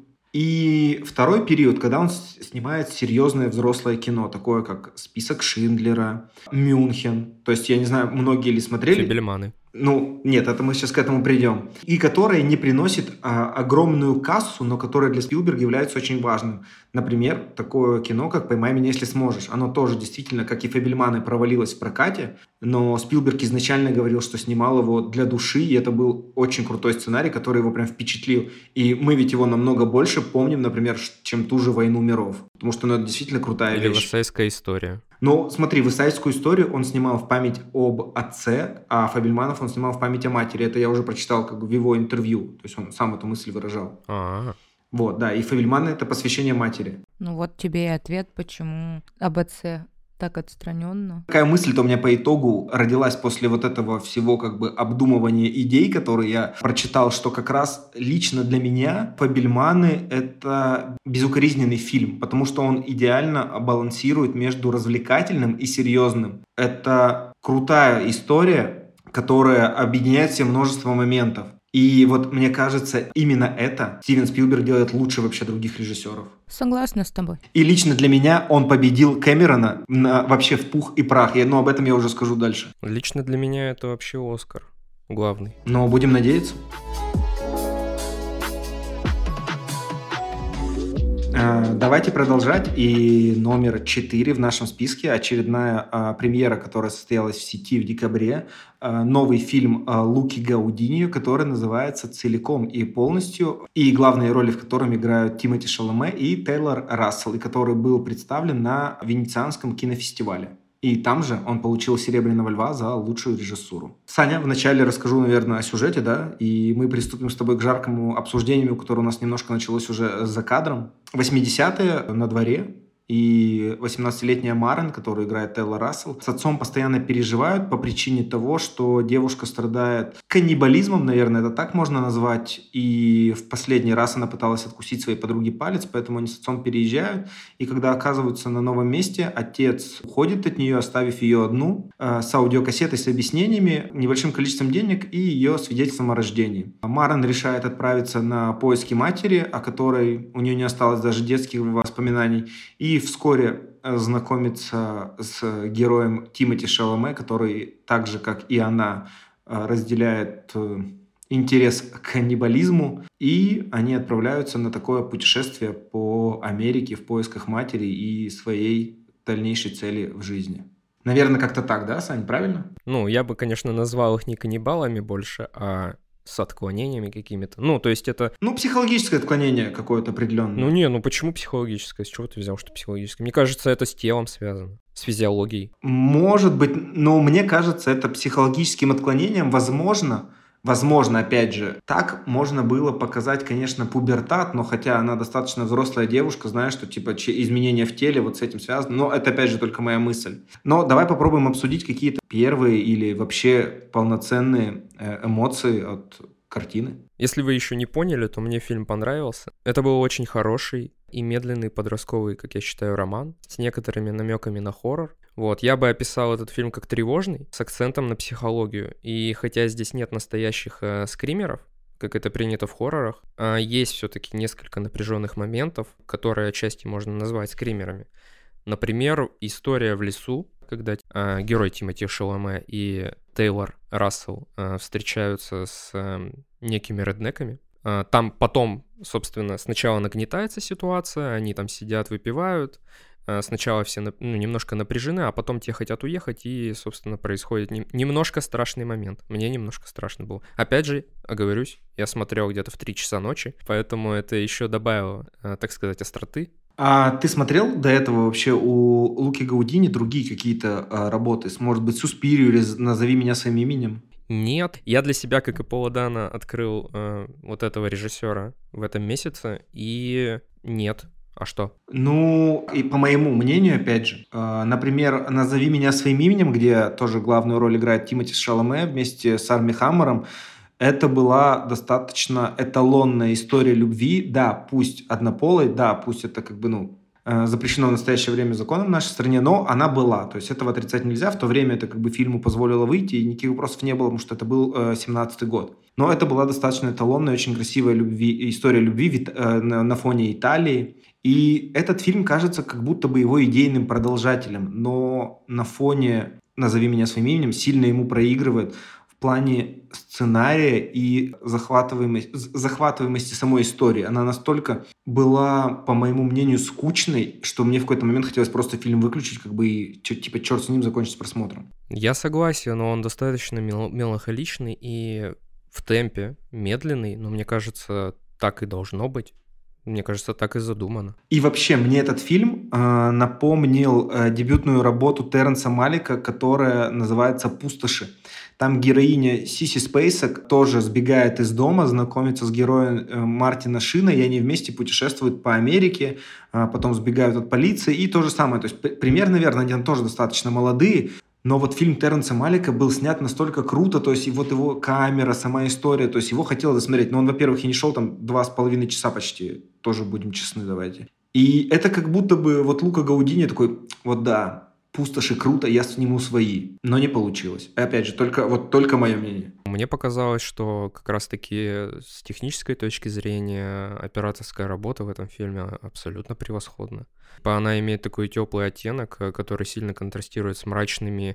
И второй период, когда он снимает серьезное взрослое кино, такое как «Список Шиндлера», «Мюнхен». То есть, я не знаю, многие ли смотрели. «Фабельманы». Ну, нет, это мы сейчас к этому придем. И которое не приносит а, огромную кассу, но которое для Спилберга является очень важным. Например, такое кино, как «Поймай меня, если сможешь». Оно тоже действительно, как и «Фабельманы», провалилось в прокате, но Спилберг изначально говорил, что снимал его для души, и это был очень крутой сценарий, который его прям впечатлил. И мы ведь его намного больше помним, например, чем ту же «Войну миров». Потому что ну, это действительно крутая Или вещь. Или «Вестсайдская история». Ну, смотри, «Вестсайдскую историю» он снимал в память об отце, а «Фабельманов» он снимал в память о матери. Это я уже прочитал как бы в его интервью. То есть он сам эту мысль выражал. А-а-а. Вот, да. И «Фабельманы» — это посвящение матери. Ну вот тебе и ответ, почему об отце так отстраненно. Какая мысль-то у меня по итогу родилась после вот этого всего как бы обдумывания идей, которые я прочитал, что как раз лично для меня «Фабельманы» — это безукоризненный фильм, потому что он идеально балансирует между развлекательным и серьезным. Это крутая история, которая объединяет все множество моментов. И вот мне кажется, именно это Стивен Спилберг делает лучше вообще других режиссеров. Согласна с тобой. И лично для меня он победил Кэмерона на, вообще в пух и прах. Я, но об этом я уже скажу дальше. Лично для меня это вообще Оскар главный. Но будем надеяться. Давайте продолжать. И номер четыре в нашем списке. Очередная а, премьера, которая состоялась в сети в декабре. А, новый фильм а, Луки Гаудиньо, который называется «Целиком и полностью». И главные роли в котором играют Тимоти Шаломе и Тейлор Рассел. И который был представлен на Венецианском кинофестивале. И там же он получил «Серебряного льва» за лучшую режиссуру. Саня, вначале расскажу, наверное, о сюжете, да, и мы приступим с тобой к жаркому обсуждению, которое у нас немножко началось уже за кадром. восьмидесятые на дворе, и восемнадцатилетняя Марен, которую играет Тейлор Рассел, с отцом постоянно переживают по причине того, что девушка страдает каннибализмом, наверное, это так можно назвать, и в последний раз она пыталась откусить своей подруге палец, поэтому они с отцом переезжают, и когда оказываются на новом месте, отец уходит от нее, оставив ее одну, э, с аудиокассетой с объяснениями, небольшим количеством денег и ее свидетельством о рождении. Марен решает отправиться на поиски матери, о которой у нее не осталось даже детских воспоминаний, и вскоре знакомится с героем Тимоти Шаломе, который так же, как и она, разделяет интерес к каннибализму, и они отправляются на такое путешествие по Америке в поисках матери и своей дальнейшей цели в жизни. Наверное, как-то так, да, Сань, правильно? Ну, я бы, конечно, назвал их не каннибалами больше, а с отклонениями какими-то. Ну, то есть это... Ну, психологическое отклонение какое-то определенное. Ну, не, ну почему психологическое? С чего ты взял, что психологическое? Мне кажется, это с телом связано, с физиологией. Может быть, но мне кажется, это психологическим отклонением, возможно, возможно, опять же, так можно было показать, конечно, пубертат, но хотя она достаточно взрослая девушка, знаешь, что типа изменения в теле вот с этим связаны, но это опять же только моя мысль. Но давай попробуем обсудить какие-то первые или вообще полноценные эмоции от картины. Если вы еще не поняли, то мне фильм понравился. Это был очень хороший и медленный подростковый, как я считаю, роман с некоторыми намеками на хоррор. Вот, я бы описал этот фильм как тревожный, с акцентом на психологию. И хотя здесь нет настоящих э, скримеров, как это принято в хоррорах, э, есть все-таки несколько напряженных моментов, которые отчасти можно назвать скримерами. Например, история в лесу, когда э, герой Тимоти Шаломе и Тейлор Рассел э, встречаются с э, некими реднеками. Э, там потом, собственно, сначала нагнетается ситуация, они там сидят, выпивают. Э, сначала все ну, немножко напряжены, а потом те хотят уехать, и, собственно, происходит не, немножко страшный момент. Мне немножко страшно было. Опять же, оговорюсь, я смотрел где-то в три часа ночи, поэтому это еще добавило, э, так сказать, остроты. А ты смотрел до этого вообще у Луки Гаудини другие какие-то а, работы? Может быть, «Суспирию» или «Назови меня своим именем»? Нет. Я для себя, как и Пола Дана, открыл э, вот этого режиссера в этом месяце, и нет. А что? Ну, и по моему мнению, опять же, э, например, «Назови меня своим именем», где тоже главную роль играет Тимоти Шаломе вместе с Арми Хаммером, это была достаточно эталонная история любви, да, пусть однополой, да, пусть это как бы, ну, запрещено в настоящее время законом в нашей стране, но она была, то есть этого отрицать нельзя, в то время это как бы фильму позволило выйти, и никаких вопросов не было, потому что это был семнадцатый год. Но это была достаточно эталонная, очень красивая любви, история любви на, на фоне Италии, и этот фильм кажется как будто бы его идейным продолжателем, но на фоне «Назови меня своим именем» сильно ему проигрывает в плане сценария и захватываемости, захватываемости самой истории. Она настолько была, по моему мнению, скучной, что мне в какой-то момент хотелось просто фильм выключить, как бы и типа черт с ним, закончить с просмотром. Я согласен, но он достаточно мел- меланхоличный и в темпе медленный, но мне кажется, так и должно быть. Мне кажется, так и задумано. И вообще, мне этот фильм э, напомнил э, дебютную работу Терренса Малика, которая называется «Пустоши». Там героиня Сиси Спейсак тоже сбегает из дома, знакомится с героем э, Мартина Шина, и они вместе путешествуют по Америке, э, потом сбегают от полиции, и то же самое. То есть п- пример, наверное, они там тоже достаточно молодые, но вот фильм Терренса Малика был снят настолько круто, то есть и вот его камера, сама история, то есть его хотелось смотреть. Но он, во-первых, и не шел там два с половиной часа почти, тоже будем честны, давайте. И это как будто бы вот Лука Гаудини такой, вот да, «Пустоши» круто, я сниму свои. Но не получилось. И опять же, только, вот только мое мнение. Мне показалось, что как раз-таки с технической точки зрения операторская работа в этом фильме абсолютно превосходна. Она имеет такой теплый оттенок, который сильно контрастирует с мрачными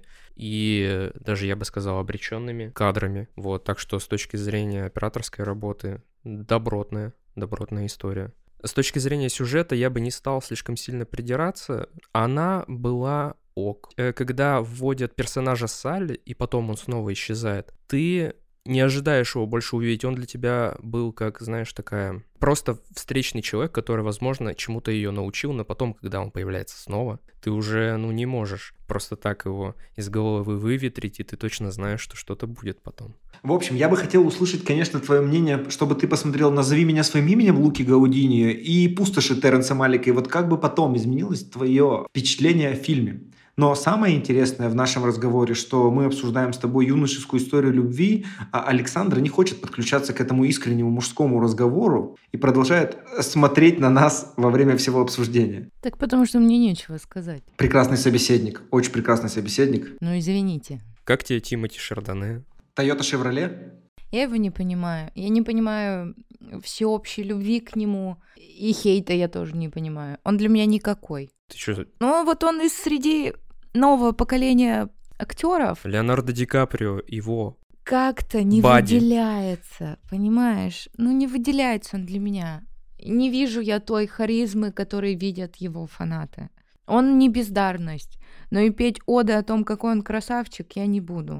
и даже, я бы сказал, обреченными кадрами. Вот, так что с точки зрения операторской работы добротная, добротная история. С точки зрения сюжета я бы не стал слишком сильно придираться. Она была ок. Когда вводят персонажа Салли, и потом он снова исчезает, ты не ожидаешь его больше увидеть. Он для тебя был, как, знаешь, такая... Просто встречный человек, который, возможно, чему-то ее научил, но потом, когда он появляется снова, ты уже, ну, не можешь просто так его из головы выветрить, и ты точно знаешь, что что-то будет потом. В общем, я бы хотел услышать, конечно, твое мнение, чтобы ты посмотрел «Назови меня своим именем» Луки Гаудини и «Пустоши» Терренса Малика, и вот как бы потом изменилось твое впечатление о фильме. Но самое интересное в нашем разговоре, что мы обсуждаем с тобой юношескую историю любви, а Александра не хочет подключаться к этому искреннему мужскому разговору и продолжает смотреть на нас во время всего обсуждения. Так потому что мне нечего сказать. Прекрасный собеседник, очень прекрасный собеседник. Ну извините. Как тебе Тимоти Шардоне? Тойота Шевроле? Я его не понимаю. Я не понимаю всеобщей любви к нему. И хейта я тоже не понимаю. Он для меня никакой. Ты что? Ну вот он из среди нового поколения актеров. Леонардо Ди Каприо, его. Как-то не Бадди. выделяется, понимаешь? Ну не выделяется он для меня. Не вижу я той харизмы, которой видят его фанаты. Он не бездарность. Но и петь оды о том, какой он красавчик, я не буду.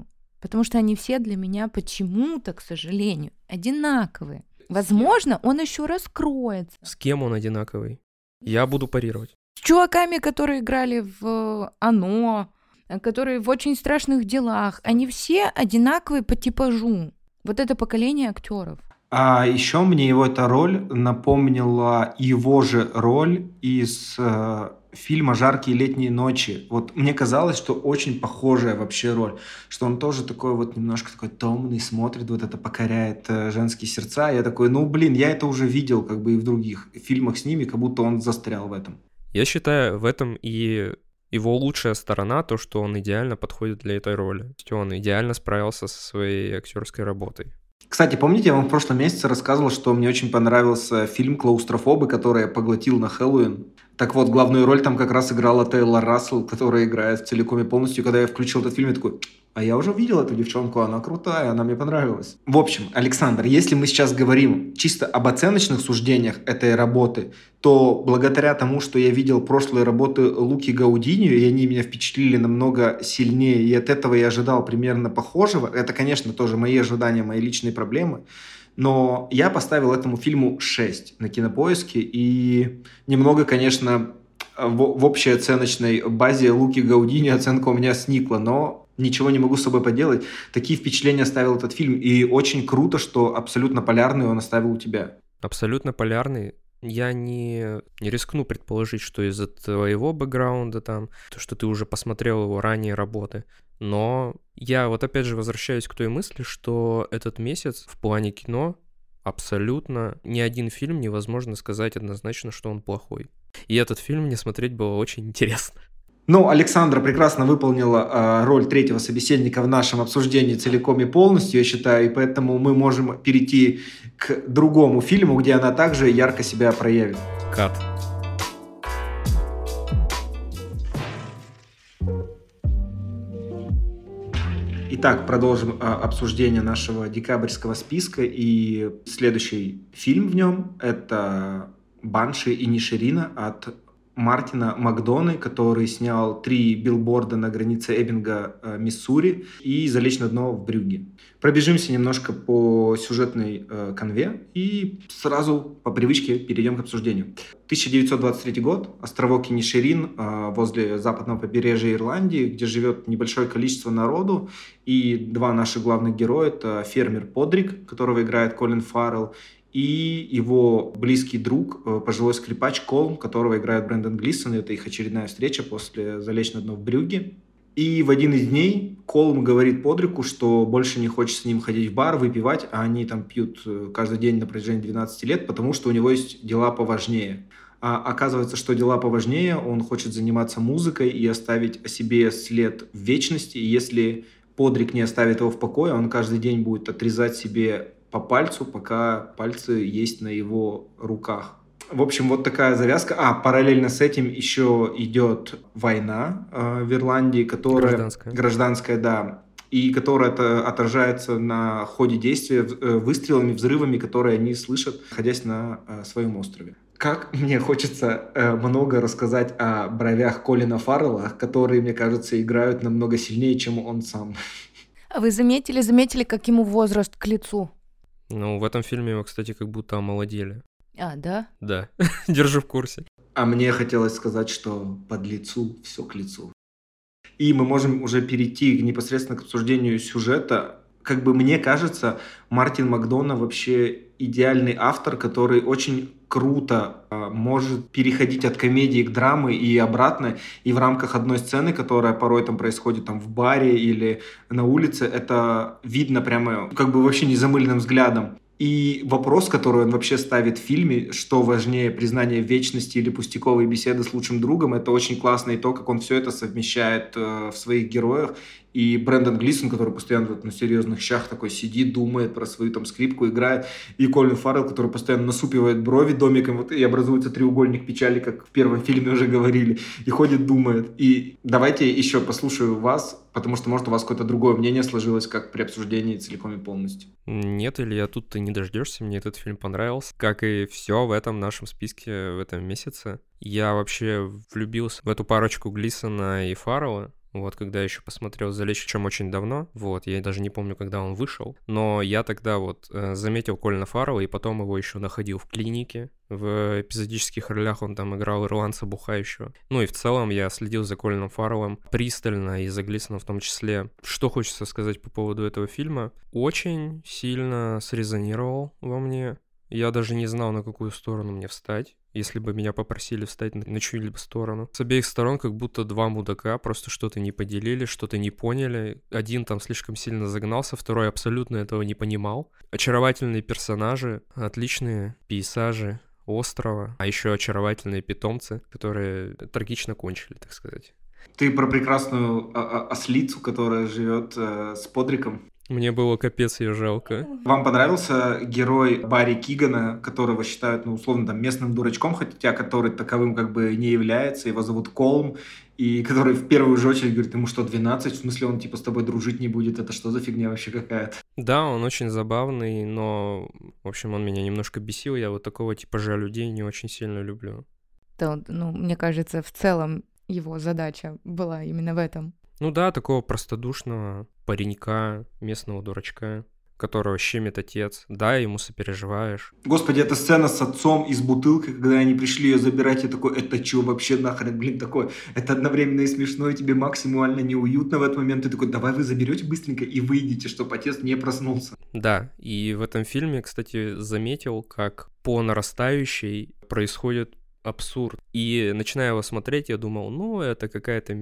потому что они все для меня почему-то, к сожалению, одинаковые. Возможно, он еще раскроется. С кем он одинаковый? Я буду парировать. С чуваками, которые играли в «Оно», которые в «Очень страшных делах». Они все одинаковые по типажу. Вот это поколение актеров. А еще мне его эта роль напомнила его же роль из э, фильма «Жаркие летние ночи». Вот мне казалось, что очень похожая вообще роль, что он тоже такой вот немножко такой томный, смотрит, вот это покоряет э, женские сердца. Я такой, ну блин, я это уже видел как бы и в других фильмах с ними, как будто он застрял в этом. Я считаю, в этом и его лучшая сторона, то, что он идеально подходит для этой роли. То есть он идеально справился со своей актерской работой. Кстати, помните, я вам в прошлом месяце рассказывал, что мне очень понравился фильм «Клаустрофобы», который я поглотил на Хэллоуин. Так вот, главную роль там как раз играла Тейлор Рассел, которая играет целиком и полностью. Когда я включил этот фильм, я такой, а я уже видел эту девчонку, она крутая, она мне понравилась. В общем, Александр, если мы сейчас говорим чисто об оценочных суждениях этой работы, то благодаря тому, что я видел прошлые работы Луки Гаудиньо, и они меня впечатлили намного сильнее, и от этого я ожидал примерно похожего, это, конечно, тоже мои ожидания, мои личные проблемы, но я поставил этому фильму шесть на Кинопоиске, и немного, конечно, в, в общей оценочной базе Луки Гаудиньо оценка у меня сникла, но ничего не могу с собой поделать. Такие впечатления оставил этот фильм, и очень круто, что абсолютно полярный он оставил у тебя. Абсолютно полярный. Я не, не рискну предположить, что из-за твоего бэкграунда там, то, что ты уже посмотрел его ранние работы. Но я вот опять же возвращаюсь к той мысли, что этот месяц в плане кино абсолютно ни один фильм невозможно сказать однозначно, что он плохой. И этот фильм мне смотреть было очень интересно. Ну, Александра прекрасно выполнила э, роль третьего собеседника в нашем обсуждении целиком и полностью, я считаю, и поэтому мы можем перейти к другому фильму, где она также ярко себя проявит. Кат. Итак, продолжим а, обсуждение нашего декабрьского списка, и следующий фильм в нем – это «Банши Инишерина» от Мартина Макдоны, который снял три билборда на границе Эббинга, Миссури и «Залечь на дно в Брюгге». Пробежимся немножко по сюжетной э, канве и сразу по привычке перейдем к обсуждению. тысяча девятьсот двадцать третий год, островок Инишерин э, возле западного побережья Ирландии, где живет небольшое количество народу, и два наших главных героя – это фермер Подрик, которого играет Колин Фаррелл, и его близкий друг, пожилой скрипач Колм, которого играет Брэндон Глисон. Это их очередная встреча после «Залечь на дно в Брюгге». И в один из дней Колм говорит Подрику, что больше не хочет с ним ходить в бар, выпивать, а они там пьют каждый день на протяжении двенадцати лет, потому что у него есть дела поважнее. А оказывается, что дела поважнее, он хочет заниматься музыкой и оставить о себе след в вечности. И если Подрик не оставит его в покое, он каждый день будет отрезать себе по пальцу, пока пальцы есть на его руках. В общем, вот такая завязка. А, параллельно с этим еще идет война э, в Ирландии, которая... Гражданская. Гражданская, да. И которая это отражается на ходе действия э, выстрелами, взрывами, которые они слышат, находясь на э, своем острове. Как мне хочется э, много рассказать о бровях Колина Фаррелла, которые, мне кажется, играют намного сильнее, чем он сам. А вы заметили, заметили, как ему возраст к лицу? Ну, в этом фильме его, кстати, как будто омолодили. А, да? Да, держу в курсе. А мне хотелось сказать, что под лицу все к лицу. И мы можем уже перейти непосредственно к обсуждению сюжета. Как бы мне кажется, Мартин Макдона вообще идеальный автор, который очень круто э, может переходить от комедии к драме и обратно. И в рамках одной сцены, которая порой там происходит там в баре или на улице, это видно прямо как бы вообще незамыленным взглядом. И вопрос, который он вообще ставит в фильме, что важнее, признание вечности или пустяковые беседы с лучшим другом, это очень классно, и то, как он все это совмещает э, в своих героях. И Брэндон Глисон, который постоянно вот на серьезных щах такой сидит, думает про свою там скрипку, играет. И Колин Фаррелл, который постоянно насупивает брови домиком, вот, и образуется треугольник печали, как в первом фильме уже говорили, и ходит, думает. И давайте еще послушаю вас, потому что, может, у вас какое-то другое мнение сложилось, как при обсуждении целиком и полностью. Нет, Илья, тут ты не дождешься, мне этот фильм понравился. Как и все в этом нашем списке в этом месяце. Я вообще влюбился в эту парочку Глисона и Фаррелла. вот, когда я еще посмотрел «Залечь», очень давно, вот, я даже не помню, когда он вышел, но я тогда вот э, заметил Колина Фаррелла, и потом его еще находил в клинике, в эпизодических ролях он там играл ирландца бухающего. Ну и в целом я следил за Колином Фарреллом пристально, и за Глисоном в том числе. Что хочется сказать по поводу этого фильма? Очень сильно срезонировал во мне. Я даже не знал, на какую сторону мне встать, если бы меня попросили встать на чью-либо сторону. С обеих сторон как будто два мудака просто что-то не поделили, что-то не поняли. Один там слишком сильно загнался, второй абсолютно этого не понимал. Очаровательные персонажи, отличные пейзажи острова, а еще очаровательные питомцы, которые трагично кончили, так сказать. Ты про прекрасную ослицу, которая живет э, с Подриком. Мне было капец ее жалко. Вам понравился герой Барри Кигана, которого считают, ну, условно, там, местным дурачком, хотя который таковым как бы не является, его зовут Колм, и который в первую же очередь говорит, ему что, двенадцать? В смысле, он типа с тобой дружить не будет? Это что за фигня вообще какая-то? Да, он очень забавный, но, в общем, он меня немножко бесил. Я вот такого типажа людей не очень сильно люблю. Да, ну, мне кажется, в целом его задача была именно в этом. Ну да, такого простодушного паренька, местного дурачка, которого щемит отец. Да, ему сопереживаешь. Господи, эта сцена с отцом и с бутылкой, когда они пришли ее забирать, я такой, это что вообще нахрен, блин, такое, это одновременно и смешно, и тебе максимально неуютно в этот момент. Ты такой, давай вы заберете быстренько и выйдете, чтобы отец не проснулся. Да, и в этом фильме, кстати, заметил, как по нарастающей происходит абсурд. И начиная его смотреть, я думал, ну, это какая-то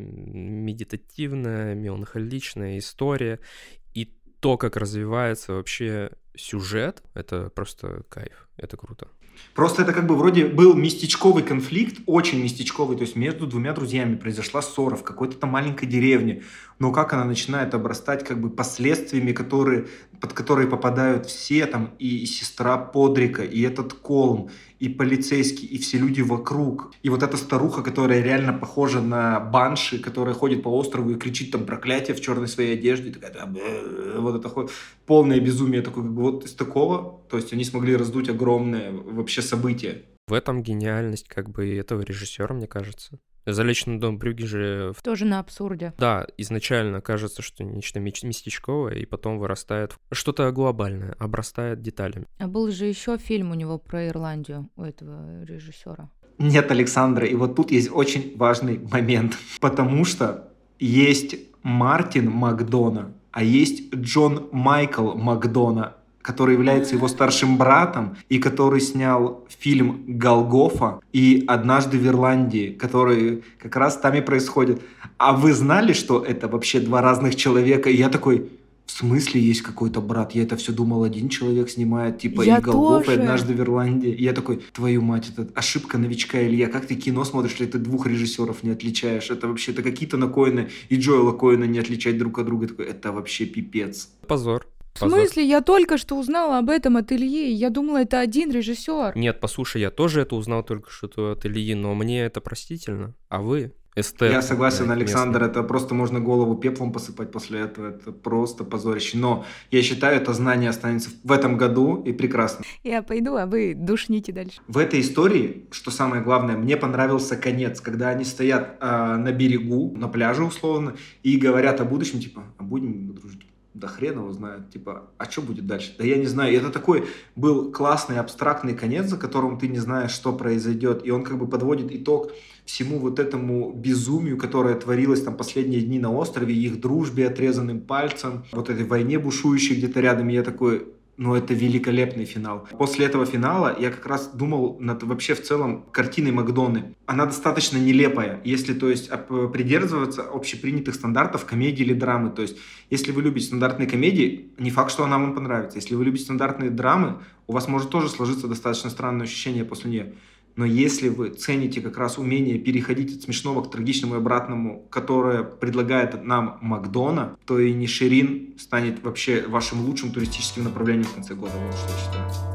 медитативная, меланхоличная история. И то, как развивается вообще сюжет, это просто кайф, это круто. Просто это как бы вроде был местечковый конфликт, очень местечковый, то есть между двумя друзьями произошла ссора в какой-то там маленькой деревне, но как она начинает обрастать как бы последствиями, которые, под которые попадают все, там и сестра Подрика, и этот Колм, и полицейский, и все люди вокруг. И вот эта старуха, которая реально похожа на банши, которая ходит по острову и кричит там проклятие в черной своей одежде, такая, да, вот это полное безумие, такое, как бы вот из такого, то есть они смогли раздуть огромное вообще событие. В этом гениальность как бы этого режиссера, мне кажется. «Залечь» дом Брюгге же... Тоже на абсурде. Да, изначально кажется, что нечто местечковое, и потом вырастает что-то глобальное, обрастает деталями. А был же еще фильм у него про Ирландию, у этого режиссера. Нет, Александра, и вот тут есть очень важный момент, потому что есть Мартин Макдона, а есть Джон Майкл Макдона, который является его старшим братом и который снял фильм «Голгофа» и «Однажды в Ирландии», который как раз там и происходит. А вы знали, что это вообще два разных человека? И я такой, в смысле есть какой-то брат? Я это все думал, один человек снимает, типа я и «Голгофа», и тоже. «Однажды в Ирландии». И я такой, твою мать, это ошибка новичка, Илья. Как ты кино смотришь, если ты двух режиссеров не отличаешь? Это вообще, это какие-то на Коэна и Джоэла Коэна не отличать друг от друга. Такой, это вообще пипец. Позор. В смысле? Я только что узнала об этом от Ильи. Я думала, это один режиссер. Нет, послушай, я тоже это узнал только что от Ильи, но мне это простительно. А вы? Эстет. Я согласен, да, Александр, местный. это просто можно голову пеплом посыпать после этого. Это просто позорище. Но я считаю, это знание останется в этом году и прекрасно. Я пойду, а вы душните дальше. В этой истории, что самое главное, мне понравился конец, когда они стоят э, на берегу, на пляже условно, и говорят о будущем, типа, а будем мы дружить? Да хрен его знает, типа, а что будет дальше? Да я не знаю. И это такой был классный абстрактный конец, за которым ты не знаешь, что произойдет. И он как бы подводит итог всему вот этому безумию, которое творилось там последние дни на острове, их дружбе, отрезанным пальцем, вот этой войне бушующей где-то рядом. И я такой... Но это великолепный финал. После этого финала я как раз думал над вообще в целом картиной Макдоны. Она достаточно нелепая, если, то есть, придерживаться общепринятых стандартов комедии или драмы. То есть, если вы любите стандартные комедии, не факт, что она вам понравится. Если вы любите стандартные драмы, у вас может тоже сложиться достаточно странное ощущение после нее. Но если вы цените как раз умение переходить от смешного к трагичному и обратному, которое предлагает нам Макдона, то и Ниширин станет вообще вашим лучшим туристическим направлением в конце года. Вот что я считаю.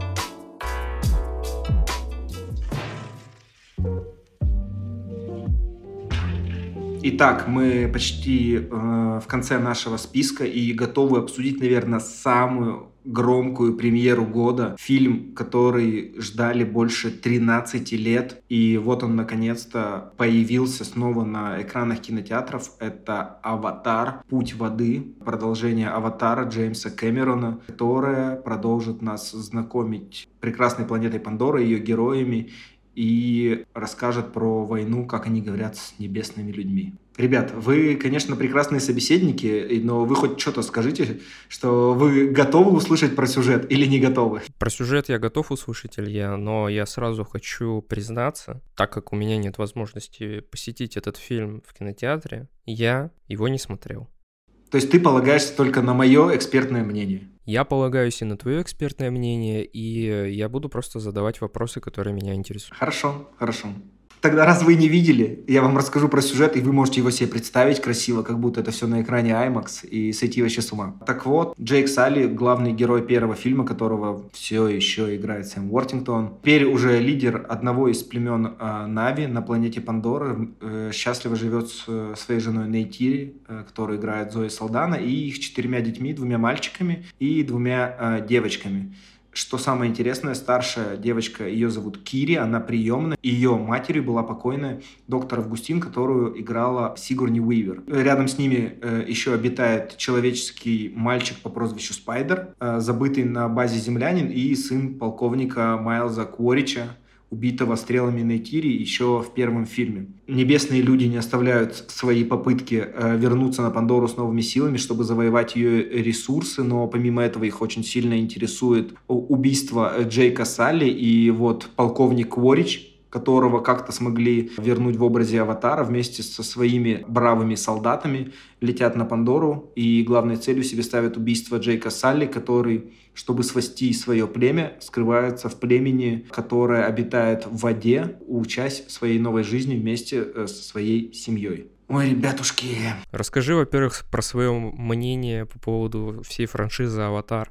Итак, мы почти э, в конце нашего списка и готовы обсудить, наверное, самую громкую премьеру года. Фильм, который ждали больше тринадцати лет. И вот он, наконец-то, появился снова на экранах кинотеатров. Это «Аватар. Путь воды». Продолжение «Аватара» Джеймса Кэмерона, которое продолжит нас знакомить с прекрасной планетой Пандора, ее героями, и расскажет про войну, как они говорят, с небесными людьми. Ребят, вы, конечно, прекрасные собеседники, но вы хоть что-то скажите, что вы готовы услышать про сюжет или не готовы? Про сюжет я готов услышать, Илья, но я сразу хочу признаться, так как у меня нет возможности посетить этот фильм в кинотеатре, я его не смотрел. То есть ты полагаешься только на мое экспертное мнение? Я полагаюсь и на твое экспертное мнение, и я буду просто задавать вопросы, которые меня интересуют. Хорошо, хорошо. Тогда, раз вы не видели, я вам расскажу про сюжет, и вы можете его себе представить красиво, как будто это все на экране IMAX, и сойти вообще с ума. Так вот, Джейк Салли, главный герой первого фильма, которого все еще играет Сэм Уортингтон, теперь уже лидер одного из племен э, Нави на планете Пандора, э, счастливо живет с э, своей женой Нейтири, э, которую играет Зои Салдана, и их четырьмя детьми, двумя мальчиками и двумя э, девочками. Что самое интересное, старшая девочка, ее зовут Кири, она приемная. Ее матерью была покойная доктор Августин, которую играла Сигурни Уивер. Рядом с ними э, еще обитает человеческий мальчик по прозвищу Спайдер, э, забытый на базе землянин, и сын полковника Майлза Кворича, убитого стрелами Нейтири еще в первом фильме. Небесные люди не оставляют свои попытки э, вернуться на Пандору с новыми силами, чтобы завоевать ее ресурсы, но помимо этого их очень сильно интересует убийство Джейка Салли, и вот полковник Кворич, которого как-то смогли вернуть в образе Аватара, вместе со своими бравыми солдатами летят на Пандору, и главной целью себе ставят убийство Джейка Салли, который, чтобы спасти свое племя, скрывается в племени, которое обитает в воде, учась своей новой жизни вместе со своей семьей. Ой, ребятушки. Расскажи, во-первых, про свое мнение по поводу всей франшизы «Аватар».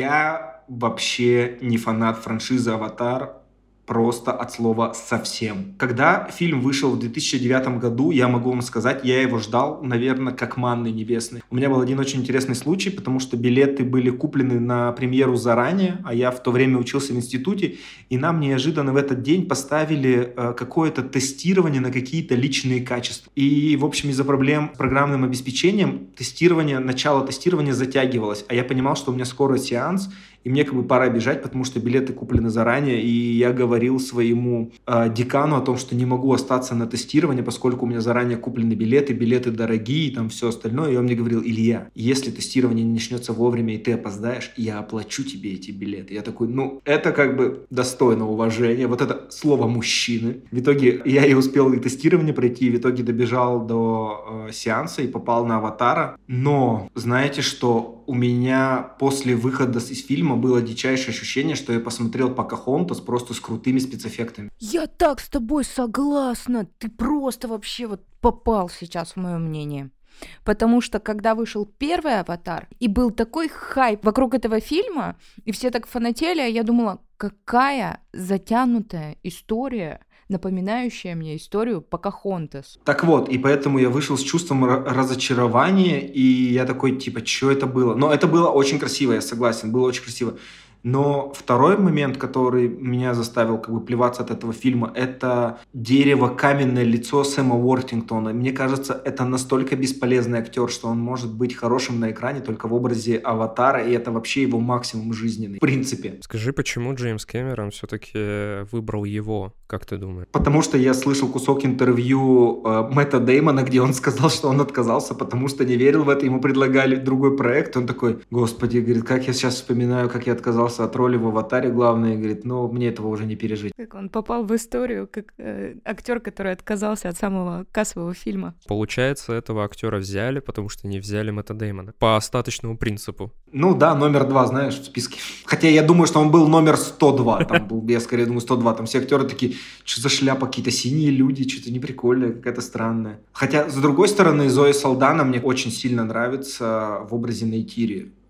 Я вообще не фанат франшизы «Аватар», просто от слова совсем. Когда фильм вышел в две тысячи девятом году, я могу вам сказать, я его ждал, наверное, как манны небесной. У меня был один очень интересный случай, потому что билеты были куплены на премьеру заранее, а я в то время учился в институте, и нам неожиданно в этот день поставили э, какое-то тестирование на какие-то личные качества. И, в общем, из-за проблем с программным обеспечением тестирование, начало тестирования затягивалось, а я понимал, что у меня скоро сеанс, и мне как бы пора бежать, потому что билеты куплены заранее, и я говорил своему э, декану о том, что не могу остаться на тестирование, поскольку у меня заранее куплены билеты, билеты дорогие, и там все остальное, и он мне говорил: Илья, если тестирование не начнется вовремя, и ты опоздаешь, я оплачу тебе эти билеты. Я такой, ну, это как бы достойно уважения, вот это слово мужчины. В итоге я и успел и тестирование пройти, и в итоге добежал до э, сеанса и попал на «Аватара, но знаете что? У меня после выхода из фильма было дичайшее ощущение, что я посмотрел «Покахонтас» просто с крутыми спецэффектами. Я так с тобой согласна. Ты просто вообще вот попал сейчас в мое мнение. Потому что когда вышел первый «Аватар», и был такой хайп вокруг этого фильма, и все так фанатели, а я думала, какая затянутая история, напоминающая мне историю Покахонтас. Так вот, и поэтому я вышел с чувством р- разочарования, и я такой, типа, что это было? Но это было очень красиво, я согласен, было очень красиво. Но второй момент, который меня заставил как бы плеваться от этого фильма, это дерево, каменное лицо Сэма Уортингтона. Мне кажется, это настолько бесполезный актер, что он может быть хорошим на экране только в образе Аватара, и это вообще его максимум жизненный, в принципе. Скажи, почему Джеймс Кэмерон все-таки выбрал его, как ты думаешь? Потому что я слышал кусок интервью э, Мэтта Дэймона, где он сказал, что он отказался, потому что не верил в это, ему предлагали другой проект. Он такой: господи, говорит, как я сейчас вспоминаю, как я отказался от роли в «Аватаре» главной, говорит, ну, мне этого уже не пережить. Как он попал в историю как э, актер, который отказался от самого кассового фильма. Получается, этого актера взяли, потому что не взяли Мэтта Дэймона. По остаточному принципу. Ну да, номер два, знаешь, в списке. Хотя я думаю, что он был номер сто два. Там был, я скорее думаю, сто два. Там все актеры такие, что за шляпа, какие-то синие люди, что-то неприкольное, какая-то странная. Хотя, с другой стороны, Зоя Салдана мне очень сильно нравится в образе Нейтири.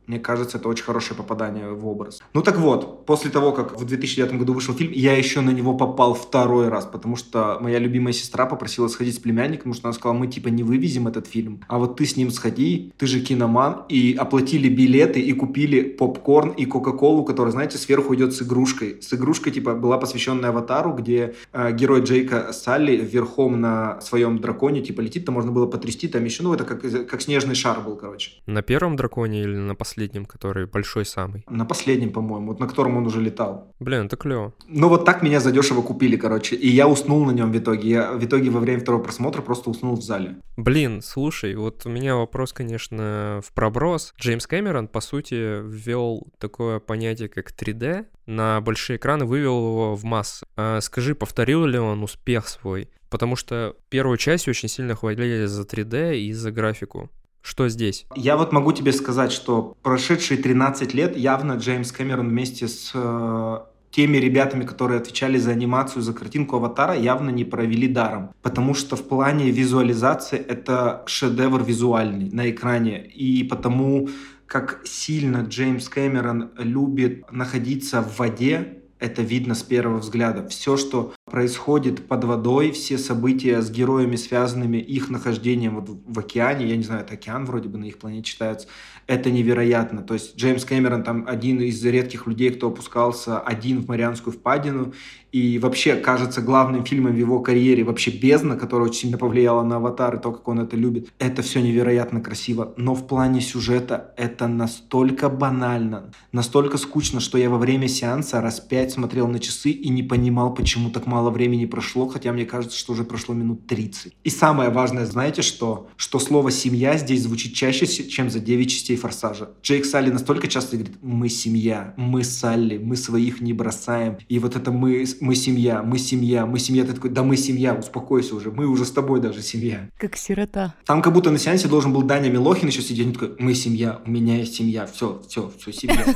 Мне кажется, это очень хорошее попадание в образ. Ну так вот, после того, как в две тысячи девятом году вышел фильм, я еще на него попал второй раз, потому что моя любимая сестра попросила сходить с племянником, потому что она сказала, мы типа не вывезем этот фильм, а вот ты с ним сходи, ты же киноман, и оплатили билеты, и купили попкорн и кока-колу, которая, знаете, сверху идет с игрушкой. С игрушкой типа была посвященная Аватару, где э, герой Джейка Салли верхом на своем драконе типа летит, там можно было потрясти, там еще, ну это как, как снежный шар был, короче. На первом драконе или на последнем, который большой самый? На последнем, по-моему, вот на котором он уже летал. Блин, это клево. Ну вот так меня задешево купили, короче, и я уснул на нем в итоге. Я в итоге во время второго просмотра просто уснул в зале. Блин, слушай, вот у меня вопрос, конечно, в проброс. Джеймс Кэмерон, по сути, ввел такое понятие, как три дэ на большие экраны, вывел его в массы. А скажи, повторил ли он успех свой? Потому что первую часть очень сильно хвалили за три дэ и за графику. Что здесь? Я вот могу тебе сказать, что прошедшие тринадцать лет явно Джеймс Кэмерон вместе с э, теми ребятами, которые отвечали за анимацию, за картинку «Аватара», явно не провели даром. Потому что в плане визуализации это шедевр визуальный на экране. И потому как сильно Джеймс Кэмерон любит находиться в воде, это видно с первого взгляда. Все, что происходит под водой, все события с героями, связанными их нахождением вот в океане, я не знаю, это океан вроде бы на их планете читается, это невероятно. То есть Джеймс Кэмерон там один из редких людей, кто опускался один в Марианскую впадину, и вообще, кажется, главным фильмом в его карьере вообще «Бездна», которая очень сильно повлияла на «Аватар» и то, как он это любит. Это все невероятно красиво, но в плане сюжета это настолько банально, настолько скучно, что я во время сеанса раз пять смотрел на часы и не понимал, почему так мало времени прошло, хотя мне кажется, что уже прошло минут тридцать. И самое важное, знаете что? Что слово «семья» здесь звучит чаще, чем за девять частей «Форсажа». Джейк Салли настолько часто говорит «мы семья», «мы Салли», «мы своих не бросаем». И вот это «мы, мы семья», «мы семья», «мы семья». Ты такой «да мы семья, успокойся уже, мы уже с тобой даже семья». Как сирота. Там как будто на сеансе должен был Даня Милохин еще сидеть, он такой «мы семья, у меня есть семья, все, все, все, семья».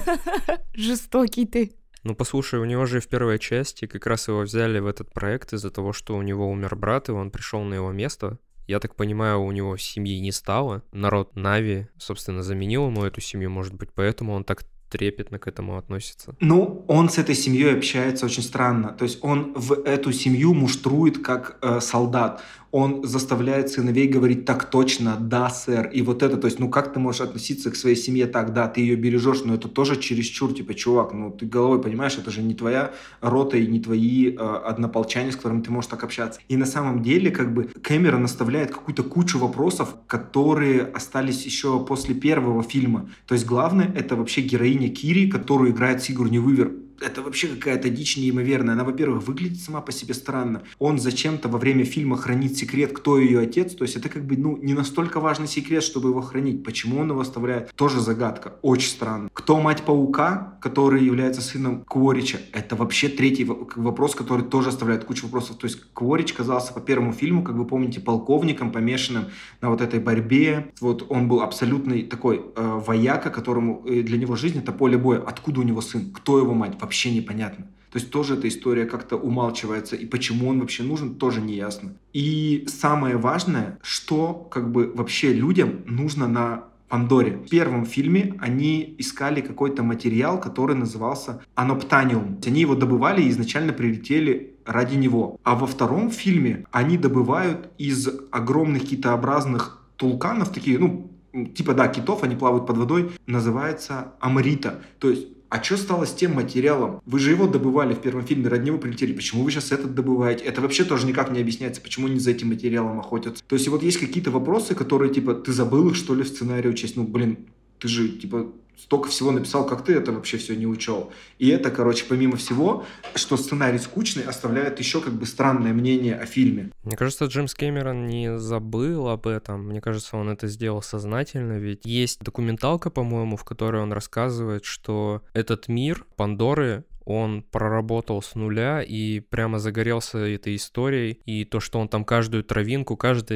Жестокий ты. Ну, послушай, у него же в первой части как раз его взяли в этот проект из-за того, что у него умер брат, и он пришел на его место. Я так понимаю, у него семьи не стало. Народ Нави, собственно, заменил ему эту семью, может быть, поэтому он так трепетно к этому относится. Ну, он с этой семьей общается очень странно. То есть он в эту семью муштрует как э, солдат. Он заставляет сыновей говорить так точно, да, сэр. И вот это, то есть, ну как ты можешь относиться к своей семье так, да, ты ее бережешь, но это тоже чересчур, типа, чувак, ну ты головой понимаешь, это же не твоя рота и не твои э, однополчане, с которыми ты можешь так общаться. И на самом деле, как бы, Кэмерон оставляет какую-то кучу вопросов, которые остались еще после первого фильма. То есть главное, это вообще героиня Кири, которую играет Сигурни Уивер. Это вообще какая-то дичь неимоверная. Она, во-первых, выглядит сама по себе странно. Он зачем-то во время фильма хранит секрет, кто ее отец. То есть это как бы, ну, не настолько важный секрет, чтобы его хранить. Почему он его оставляет? Тоже загадка. Очень странно. Кто мать Паука, который является сыном Кворича? Это вообще третий вопрос, который тоже оставляет кучу вопросов. То есть Кворич казался по первому фильму, как вы помните, полковником, помешанным на вот этой борьбе. Вот он был абсолютный такой э, вояка, которому э, для него жизнь — это поле боя. Откуда у него сын? Кто его мать? Вообще непонятно. То есть тоже эта история как-то умалчивается, и почему он вообще нужен, тоже не ясно. И самое важное, что как бы вообще людям нужно на Пандоре. В первом фильме они искали какой-то материал, который назывался аноптаниум. Они его добывали и изначально прилетели ради него. А во втором фильме они добывают из огромных китообразных тулканов, такие, ну, типа, да, китов, они плавают под водой, называется амрита. То есть а что стало с тем материалом? Вы же его добывали в первом фильме, ради него прилетели. Почему вы сейчас этот добываете? Это вообще тоже никак не объясняется, почему они за этим материалом охотятся. То есть вот есть какие-то вопросы, которые, типа, ты забыл их, что ли, в сценарии учесть? Ну, блин, ты же, типа, столько всего написал, как ты это вообще все не учел. И это, короче, помимо всего, что сценарий скучный, оставляет еще как бы странное мнение о фильме. Мне кажется, Джеймс Кэмерон не забыл об этом. Мне кажется, он это сделал сознательно, ведь есть документалка, по-моему, в которой он рассказывает, что этот мир Пандоры, он проработал с нуля и прямо загорелся этой историей. И то, что он там каждую травинку, каждый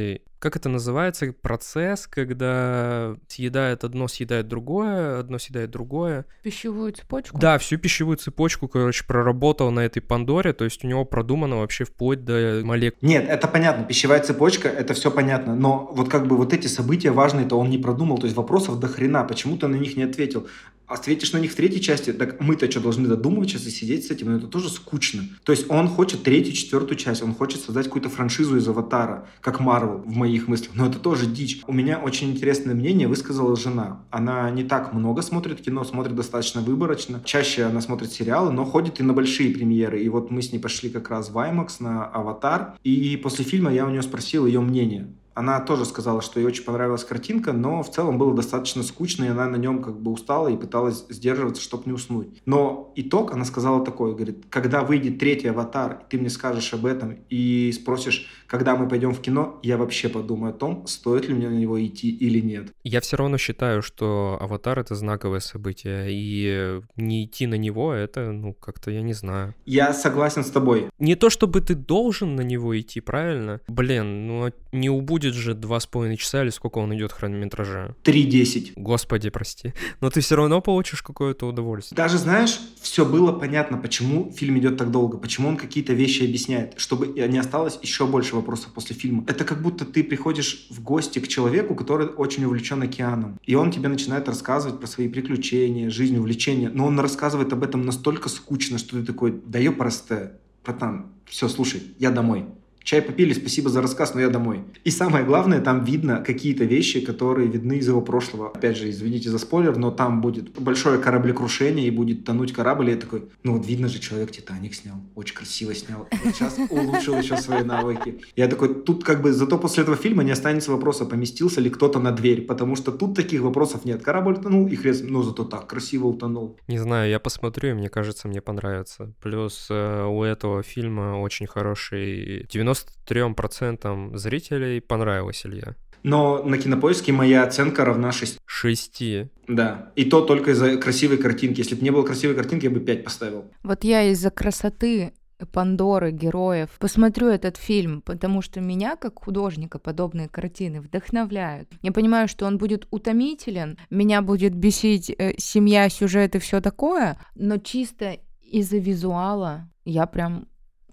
как это называется, процесс, когда съедает одно, съедает другое, одно съедает другое. Пищевую цепочку? Да, всю пищевую цепочку, короче, проработал на этой Пандоре, то есть у него продумано вообще вплоть до молекул. Нет, это понятно, пищевая цепочка, это все понятно, но вот как бы вот эти события важные-то он не продумал, то есть вопросов до хрена, почему ты на них не ответил? Ответишь на них в третьей части, так мы-то что, должны додумывать сейчас и сидеть с этим? Но это тоже скучно. То есть он хочет третью, четвертую часть, он хочет создать какую-то франшизу из «Аватара», как Марвел в моих мыслях. Но это тоже дичь. У меня очень интересное мнение высказала жена. Она не так много смотрит кино, смотрит достаточно выборочно. Чаще она смотрит сериалы, но ходит и на большие премьеры. И вот мы с ней пошли как раз в IMAX на «Аватар». И после фильма я у нее спросил ее мнение. Она тоже сказала, что ей очень понравилась картинка, но в целом было достаточно скучно, и она на нем как бы устала и пыталась сдерживаться, чтобы не уснуть. Но итог она сказала такой, говорит, когда выйдет третий «Аватар», и ты мне скажешь об этом и спросишь, когда мы пойдем в кино, я вообще подумаю о том, стоит ли мне на него идти или нет. Я все равно считаю, что «Аватар» — это знаковое событие, и не идти на него — это, ну, как-то, я не знаю. Я согласен с тобой. Не то, чтобы ты должен на него идти, правильно? Блин, ну не убудет же два с половиной часа или сколько он идет хронометража? три десять. Господи, прости. Но ты все равно получишь какое-то удовольствие. Даже, знаешь, все было понятно, почему фильм идет так долго, почему он какие-то вещи объясняет, чтобы не осталось еще больше вопросов после фильма. Это как будто ты приходишь в гости к человеку, который очень увлечен океаном, и он тебе начинает рассказывать про свои приключения, жизнь, увлечения, но он рассказывает об этом настолько скучно, что ты такой, да ёпрст, братан, все, слушай, я домой. Чай попили, спасибо за рассказ, но я домой. И самое главное, там видно какие-то вещи, которые видны из его прошлого. Опять же, извините за спойлер, но там будет большое кораблекрушение и будет тонуть корабль. И я такой, ну вот видно же, человек «Титаник» снял, очень красиво снял. Вот сейчас улучшил еще свои навыки. Я такой, тут как бы зато после этого фильма не останется вопроса, поместился ли кто-то на дверь, потому что тут таких вопросов нет. Корабль утонул, и хрен, ну зато так красиво утонул. Не знаю, я посмотрю, и мне кажется, мне понравится. Плюс э, у этого фильма очень хороший девяносто трем процентам зрителей понравилось, Илья. Но на Кинопоиске моя оценка равна шести. Шести. Да. И то только из-за красивой картинки. Если бы не было красивой картинки, я бы пять поставил. Вот я из-за красоты Пандоры, героев посмотрю этот фильм, потому что меня, как художника, подобные картины вдохновляют. Я понимаю, что он будет утомителен, меня будет бесить э, семья, сюжет и все такое, но чисто из-за визуала я прям...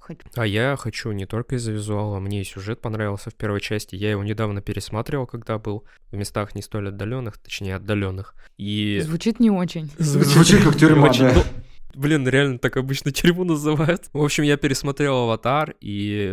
А я хочу не только из-за визуала, мне и сюжет понравился в первой части. Я его недавно пересматривал, когда был в местах не столь отдаленных, точнее отдаленных. И... Звучит не очень. Звучит, Звучит как тюрьма, очень, да. ну, блин, реально так обычно тюрьму называют. В общем, я пересмотрел «Аватар», и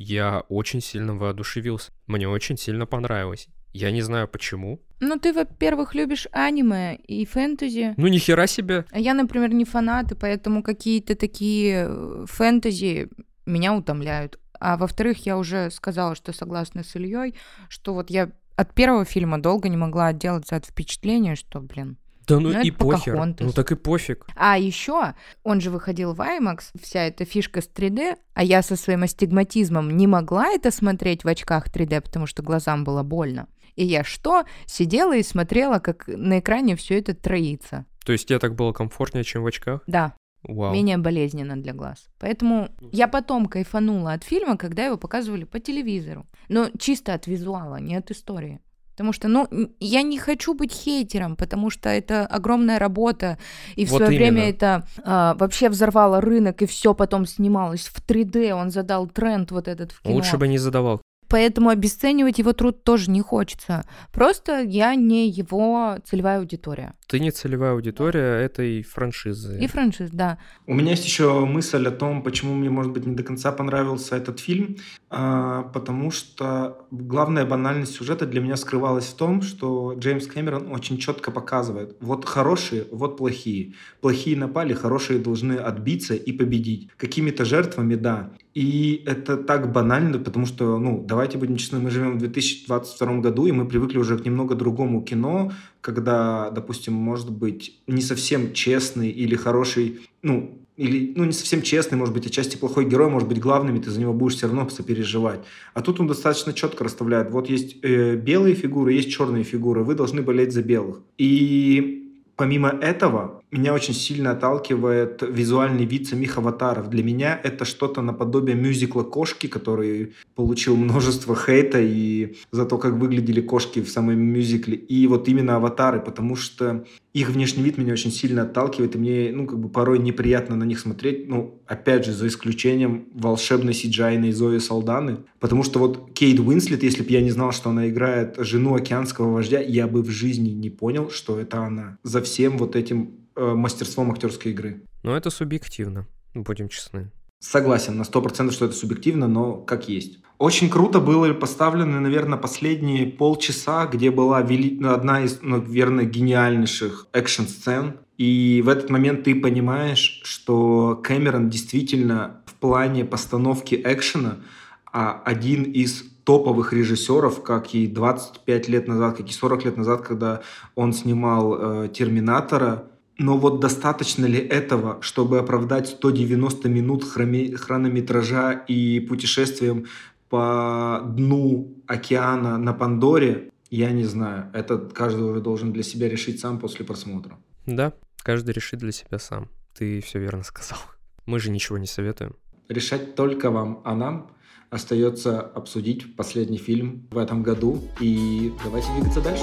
я очень сильно воодушевился. Мне очень сильно понравилось. Я не знаю почему. Ну, ты, во-первых, любишь аниме и фэнтези. Ну, ни хера себе. А я, например, не фанат, и поэтому какие-то такие фэнтези меня утомляют. А во-вторых, я уже сказала, что согласна с Ильей, что вот я от первого фильма долго не могла отделаться от впечатления, что, блин, да ну, ну и похер. Ну так и пофиг. А еще он же выходил в IMAX, вся эта фишка с три дэ, а я со своим астигматизмом не могла это смотреть в очках три дэ, потому что глазам было больно. И я что? Сидела и смотрела, как на экране все это троится. То есть тебе так было комфортнее, чем в очках? Да. Вау. Менее болезненно для глаз. Поэтому я потом кайфанула от фильма, когда его показывали по телевизору. Но чисто от визуала, не от истории. Потому что, ну, я не хочу быть хейтером, потому что это огромная работа, и в вот свое именно. время это а, вообще взорвало рынок, и все потом снималось в три дэ, он задал тренд вот этот в кино. Лучше бы не задавал. Поэтому обесценивать его труд тоже не хочется. Просто я не его целевая аудитория. Ты не целевая аудитория этой франшизы. И франшиз, да. У меня есть еще мысль о том, почему мне, может быть, не до конца понравился этот фильм. А, потому что главная банальность сюжета для меня скрывалась в том, что Джеймс Кэмерон очень четко показывает. Вот хорошие, вот плохие. Плохие напали, хорошие должны отбиться и победить. Какими-то жертвами, да. И это так банально, потому что, ну, давайте будем честны, мы живем в две тысячи двадцать втором году, и мы привыкли уже к немного другому кино, когда, допустим, может быть не совсем честный или хороший, ну, или, ну, не совсем честный, может быть, отчасти плохой герой, может быть, главными, ты за него будешь все равно сопереживать. А тут он достаточно четко расставляет. Вот есть э, белые фигуры, есть черные фигуры, вы должны болеть за белых. И помимо этого, меня очень сильно отталкивает визуальный вид самих аватаров. Для меня это что-то наподобие мюзикла «Кошки», который получил множество хейта и за то, как выглядели кошки в самом мюзикле. И вот именно аватары, потому что их внешний вид меня очень сильно отталкивает, и мне, ну, как бы порой неприятно на них смотреть. Ну, опять же, за исключением волшебной си джи ай-ной Зои Салданы. Потому что вот Кейт Уинслет, если бы я не знал, что она играет жену океанского вождя, я бы в жизни не понял, что это она. За всем вот этим э, мастерством актерской игры. Но это субъективно, будем честны. Согласен на сто процентов, что это субъективно, но как есть. Очень круто было поставлены, наверное, последние полчаса, где была вели... одна из, наверное, гениальнейших экшн-сцен. И в этот момент ты понимаешь, что Кэмерон действительно в плане постановки экшена один из топовых режиссеров, как и двадцать пять лет назад, как и сорок лет назад, когда он снимал э, «Терминатора». Но вот достаточно ли этого, чтобы оправдать сто девяносто минут хроми... хронометража и путешествием по дну океана на Пандоре? Я не знаю. Это каждый уже должен для себя решить сам после просмотра. Да, каждый решит для себя сам. Ты все верно сказал. Мы же ничего не советуем. Решать только вам, а нам остается обсудить последний фильм в этом году. И давайте двигаться дальше.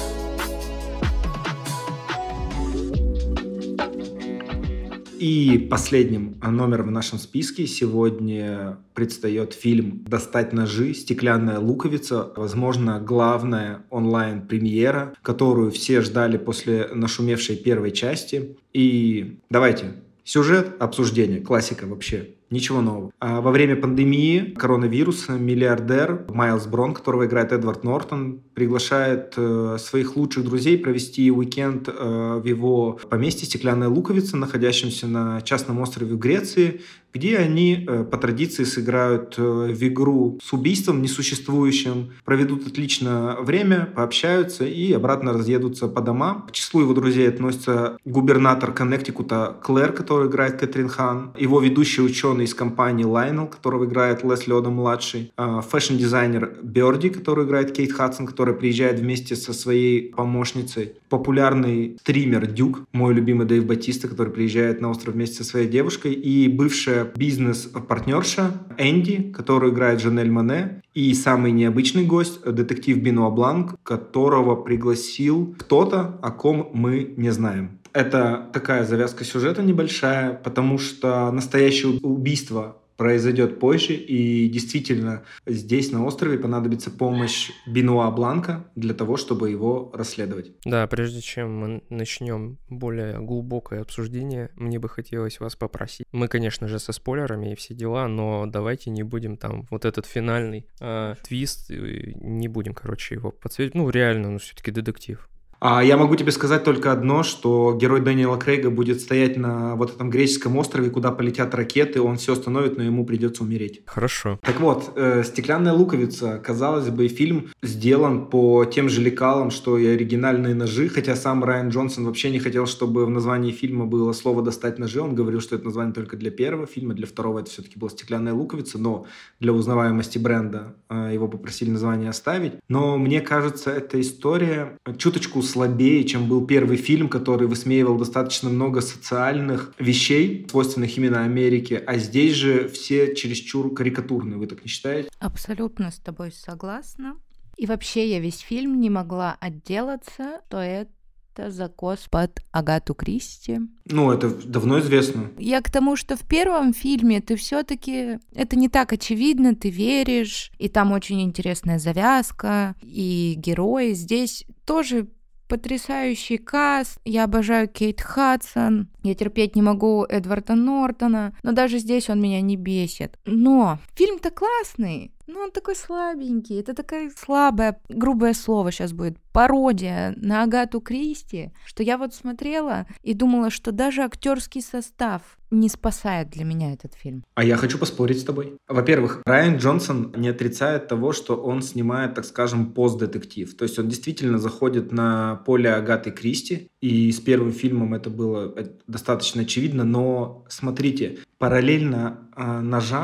И последним номером в нашем списке сегодня предстает фильм «Достать ножи. Стеклянная луковица». Возможно, главная онлайн-премьера, которую все ждали после нашумевшей первой части. И давайте, сюжет, обсуждение, классика вообще. Ничего нового. А во время пандемии коронавируса миллиардер Майлз Брон, которого играет Эдвард Нортон, приглашает э, своих лучших друзей провести уикенд э, в его поместье «Стеклянная луковица», находящемся на частном острове в Греции, где они э, по традиции сыграют э, в игру с убийством несуществующим, проведут отлично время, пообщаются и обратно разъедутся по домам. К числу его друзей относится губернатор Коннектикута Клэр, который играет Кэтрин Хан, его ведущий ученый из компании Lionel, которого играет Лесли Одом-младший, фэшн-дизайнер Бёрди, который играет Кейт Хадсон, которая приезжает вместе со своей помощницей, популярный стример Дюк, мой любимый Дэйв Батиста, который приезжает на остров вместе со своей девушкой, и бывшая бизнес-партнерша Энди, которую играет Жанель Моне, и самый необычный гость, детектив Бенуа Бланк, которого пригласил кто-то, о ком мы не знаем. Это такая завязка сюжета небольшая, потому что настоящее убийство произойдет позже, и действительно здесь, на острове, понадобится помощь Бенуа Бланка для того, чтобы его расследовать. Да, прежде чем мы начнем более глубокое обсуждение, мне бы хотелось вас попросить. Мы, конечно же, со спойлерами и все дела, но давайте не будем там вот этот финальный э, твист, не будем, короче, его подсветить. Ну, реально, ну, все-таки детектив. А я могу тебе сказать только одно, что герой Дэниела Крейга будет стоять на вот этом греческом острове, куда полетят ракеты, он все остановит, но ему придется умереть. Хорошо. Так вот, э, «Стеклянная луковица», казалось бы, фильм сделан по тем же лекалам, что и оригинальные ножи, хотя сам Райан Джонсон вообще не хотел, чтобы в названии фильма было слово «достать ножи», он говорил, что это название только для первого фильма, для второго это все-таки была «Стеклянная луковица», но для узнаваемости бренда э, его попросили название оставить. Но мне кажется, эта история чуточку слабее, чем был первый фильм, который высмеивал достаточно много социальных вещей, свойственных именно Америке, а здесь же все чересчур карикатурные, вы так не считаете? Абсолютно с тобой согласна. И вообще я весь фильм не могла отделаться, то это закос под Агату Кристи. Ну, это давно известно. Я к тому, что в первом фильме ты все-таки это не так очевидно, ты веришь, и там очень интересная завязка, и герои. Здесь тоже потрясающий каст. Я обожаю Кейт Хадсон. Я терпеть не могу Эдварда Нортона. Но даже здесь он меня не бесит. Но фильм-то классный. Но он такой слабенький. Это такая слабая, грубое слово сейчас будет, пародия на Агату Кристи, что я вот смотрела и думала, что даже актерский состав не спасает для меня этот фильм. А я хочу поспорить с тобой. Во-первых, Райан Джонсон не отрицает того, что он снимает, так скажем, пост-детектив. То есть он действительно заходит на поле Агаты Кристи, и с первым фильмом это было достаточно очевидно, но смотрите, параллельно э, ножам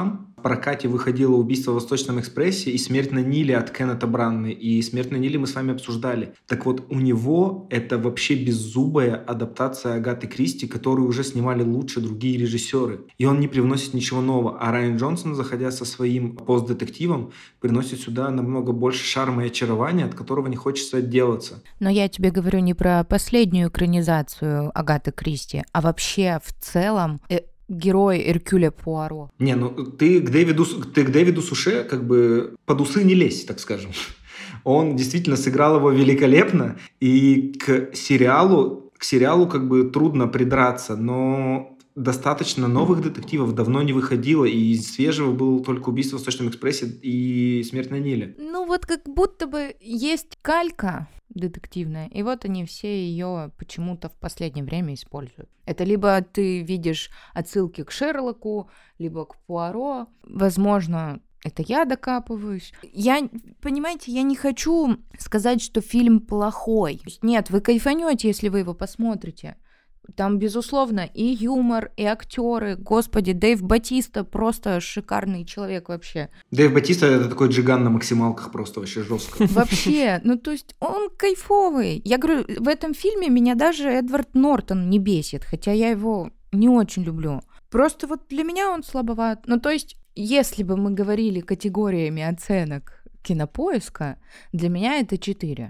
прокате выходило «Убийство в Восточном экспрессе» и «Смерть на Ниле» от Кеннета Браны. И «Смерть на Ниле» мы с вами обсуждали. Так вот, у него это вообще беззубая адаптация Агаты Кристи, которую уже снимали лучше другие режиссеры. И он не привносит ничего нового. А Райан Джонсон, заходя со своим постдетективом, приносит сюда намного больше шарма и очарования, от которого не хочется отделаться. Но я тебе говорю не про последнюю экранизацию Агаты Кристи, а вообще в целом э, герой Эркюля Пуаро. Не, ну ты к Дэвиду, ты к Дэвиду Суше как бы под усы не лезь, так скажем. Он действительно сыграл его великолепно, и к сериалу, к сериалу как бы трудно придраться, но достаточно новых детективов давно не выходило, и из свежего было только «Убийство в Восточном экспрессе» и «Смерть на Ниле». Ну вот как будто бы есть калька детективная, и вот они все ее почему-то в последнее время используют. Это либо ты видишь отсылки к Шерлоку, либо к Пуаро. Возможно, это я докапываюсь. Я, понимаете, я не хочу сказать, что фильм плохой. Нет, вы кайфанете, если вы его посмотрите. Там, безусловно, и юмор, и актеры. Господи, Дэйв Батиста просто шикарный человек вообще. Дэйв Батиста — это такой джиган на максималках, просто вообще жестко. Вообще, ну то есть он кайфовый. Я говорю, в этом фильме меня даже Эдвард Нортон не бесит, хотя я его не очень люблю. Просто вот для меня он слабоват. Ну то есть, если бы мы говорили категориями оценок Кинопоиска, для меня это четыре.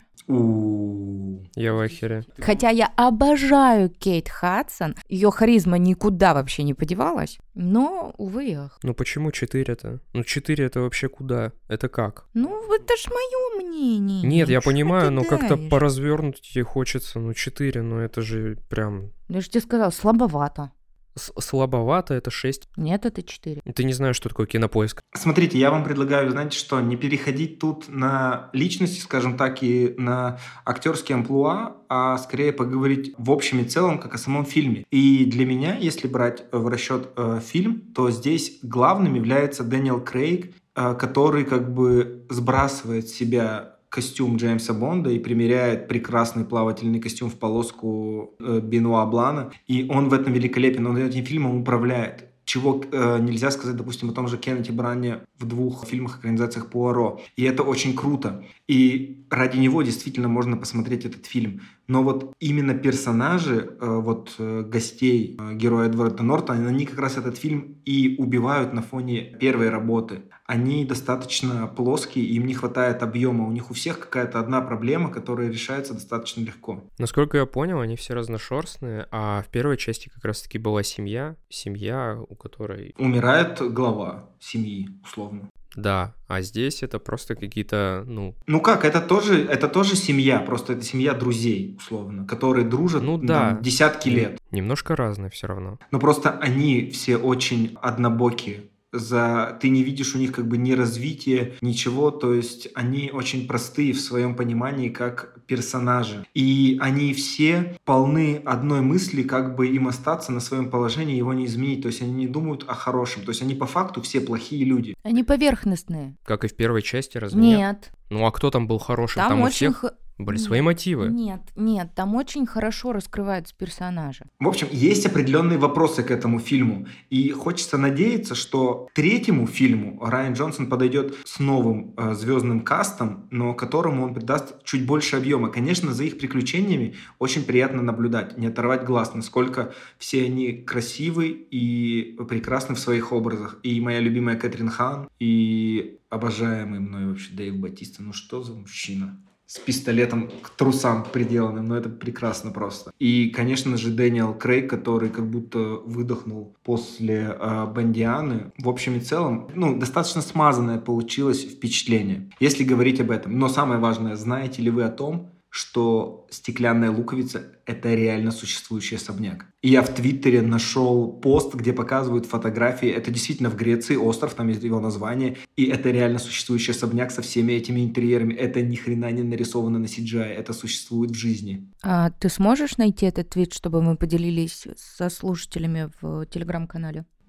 У-у-у. Я в ахере. Хотя я обожаю Кейт Хадсон, ее харизма никуда вообще не подевалась, но, увы и ах. Ну почему четыре-то? Ну четыре это вообще куда? Это как? Ну, это ж мое мнение. Нет, я Что понимаю, ты но как-то давишь? поразвернуть хочется. Ну четыре, ну это же прям... Я же тебе сказала, слабовато. с- Слабовато, это шесть. Нет, это четыре. Ты не знаешь, что такое Кинопоиск. Смотрите, я вам предлагаю, знаете что, не переходить тут на личности, скажем так, и на актерские амплуа, а скорее поговорить в общем и целом, как о самом фильме. И для меня, если брать в расчет э, фильм, то здесь главным является Дэниел Крейг, э, который как бы сбрасывает с себя костюм Джеймса Бонда и примеряет прекрасный плавательный костюм в полоску э, Бенуа Блана. И он в этом великолепен, он этим фильмом управляет. Чего э, нельзя сказать, допустим, о том же Кеннете Бране в двух фильмах-экранизациях Пуаро. И это очень круто. И ради него действительно можно посмотреть этот фильм. Но вот именно персонажи, э, вот э, гостей э, героя Эдварда Нортона, они как раз этот фильм и убивают на фоне первой работы. Они достаточно плоские, им не хватает объема. У них у всех какая-то одна проблема, которая решается достаточно легко. Насколько я понял, они все разношерстные, а в первой части как раз-таки была семья, семья, у которой... Умирает глава семьи, условно. Да, а здесь это просто какие-то, ну... Ну как, это тоже, это тоже семья, просто это семья друзей, условно, которые дружат Ну там, да. десятки лет. Немножко разные все равно. Но просто они все очень однобокие. За... Ты не видишь у них как бы ни развития, ничего, то есть они очень простые в своем понимании как персонажи. И они все полны одной мысли, как бы им остаться на своем положении, его не изменить. То есть они не думают о хорошем. То есть они по факту все плохие люди. Они поверхностные. Как и в первой части, разве нет? Нет. Ну а кто там был хорошим? Там, Там, у очень... всех х- были Нет. свои мотивы. Нет, нет, там очень хорошо раскрываются персонажи. В общем, есть определенные вопросы к этому фильму. И хочется надеяться, что к третьему фильму Райан Джонсон подойдет с новым э, звездным кастом, но которому он придаст чуть больше объема. Конечно, за их приключениями очень приятно наблюдать, не оторвать глаз, насколько все они красивы и прекрасны в своих образах. И моя любимая Кэтрин Хан, и обожаемый мной вообще Дэйв Батиста. Ну что за мужчина? С пистолетом к трусам приделанным, но это прекрасно просто. И, конечно же, Дэниел Крейг, который как будто выдохнул после э, Бондианы. В общем и целом, ну, достаточно смазанное получилось впечатление, если говорить об этом. Но самое важное, знаете ли вы о том, что стеклянная луковица — это реально существующий особняк. И я в Твиттере нашел пост, где показывают фотографии. Это действительно в Греции остров, там есть его название. И это реально существующий особняк со всеми этими интерьерами. Это ни хрена не нарисовано на си джи ай. Это существует в жизни. А ты сможешь найти этот твит, чтобы мы поделились со слушателями в телеграм-канале?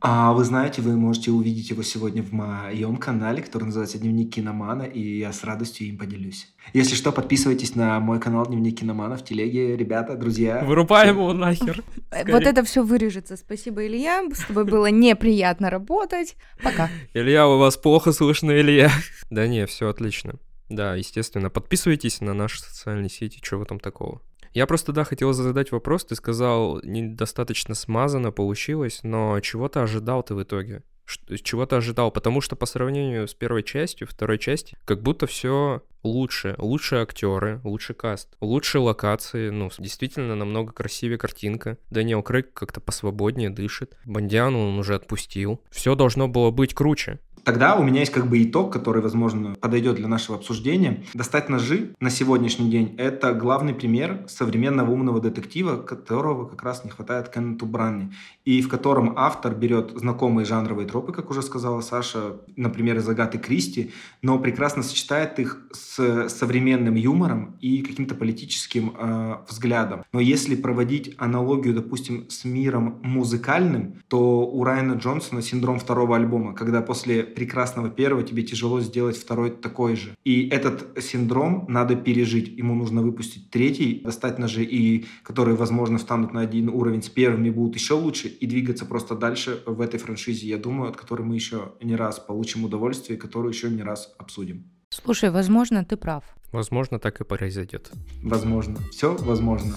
А вы знаете, вы можете увидеть его сегодня в моем канале, который называется «Дневник киномана», и я с радостью им поделюсь. Если что, подписывайтесь на мой канал «Дневник киномана» в телеге, ребята, друзья. Вырубаем его нахер. Вот это все вырежется. Спасибо, Илья. С тобой было неприятно работать. Пока. Илья, у вас плохо слышно, Илья. Да не, все отлично. Да, естественно, подписывайтесь на наши социальные сети, что в этом такого. Я просто, да, хотел задать вопрос, ты сказал, недостаточно смазанно получилось, но чего ты ожидал ты в итоге? Ш- чего ты ожидал? Потому что по сравнению с первой частью, второй части, как будто все лучше. Лучше актеры, лучше каст, лучше локации, ну, действительно намного красивее картинка. Дэниел Крейг как-то посвободнее дышит. Бондиану он уже отпустил. Все должно было быть круче. Тогда у меня есть как бы итог, который, возможно, подойдет для нашего обсуждения. «Достать ножи» на сегодняшний день — это главный пример современного умного детектива, которого как раз не хватает Кеннету Бранни, и в котором автор берет знакомые жанровые тропы, как уже сказала Саша, например, из Агаты Кристи, но прекрасно сочетает их с современным юмором и каким-то политическим э, взглядом. Но если проводить аналогию, допустим, с миром музыкальным, то у Райана Джонсона синдром второго альбома, когда после прекрасного первого тебе тяжело сделать второй такой же. И этот синдром надо пережить. Ему нужно выпустить третий, «Достать ножи», и которые, возможно, встанут на один уровень с первыми, будут еще лучше, и двигаться просто дальше в этой франшизе, я думаю, от которой мы еще не раз получим удовольствие, и которую еще не раз обсудим. Слушай, возможно, ты прав. Возможно, так и произойдет. Возможно. Все возможно.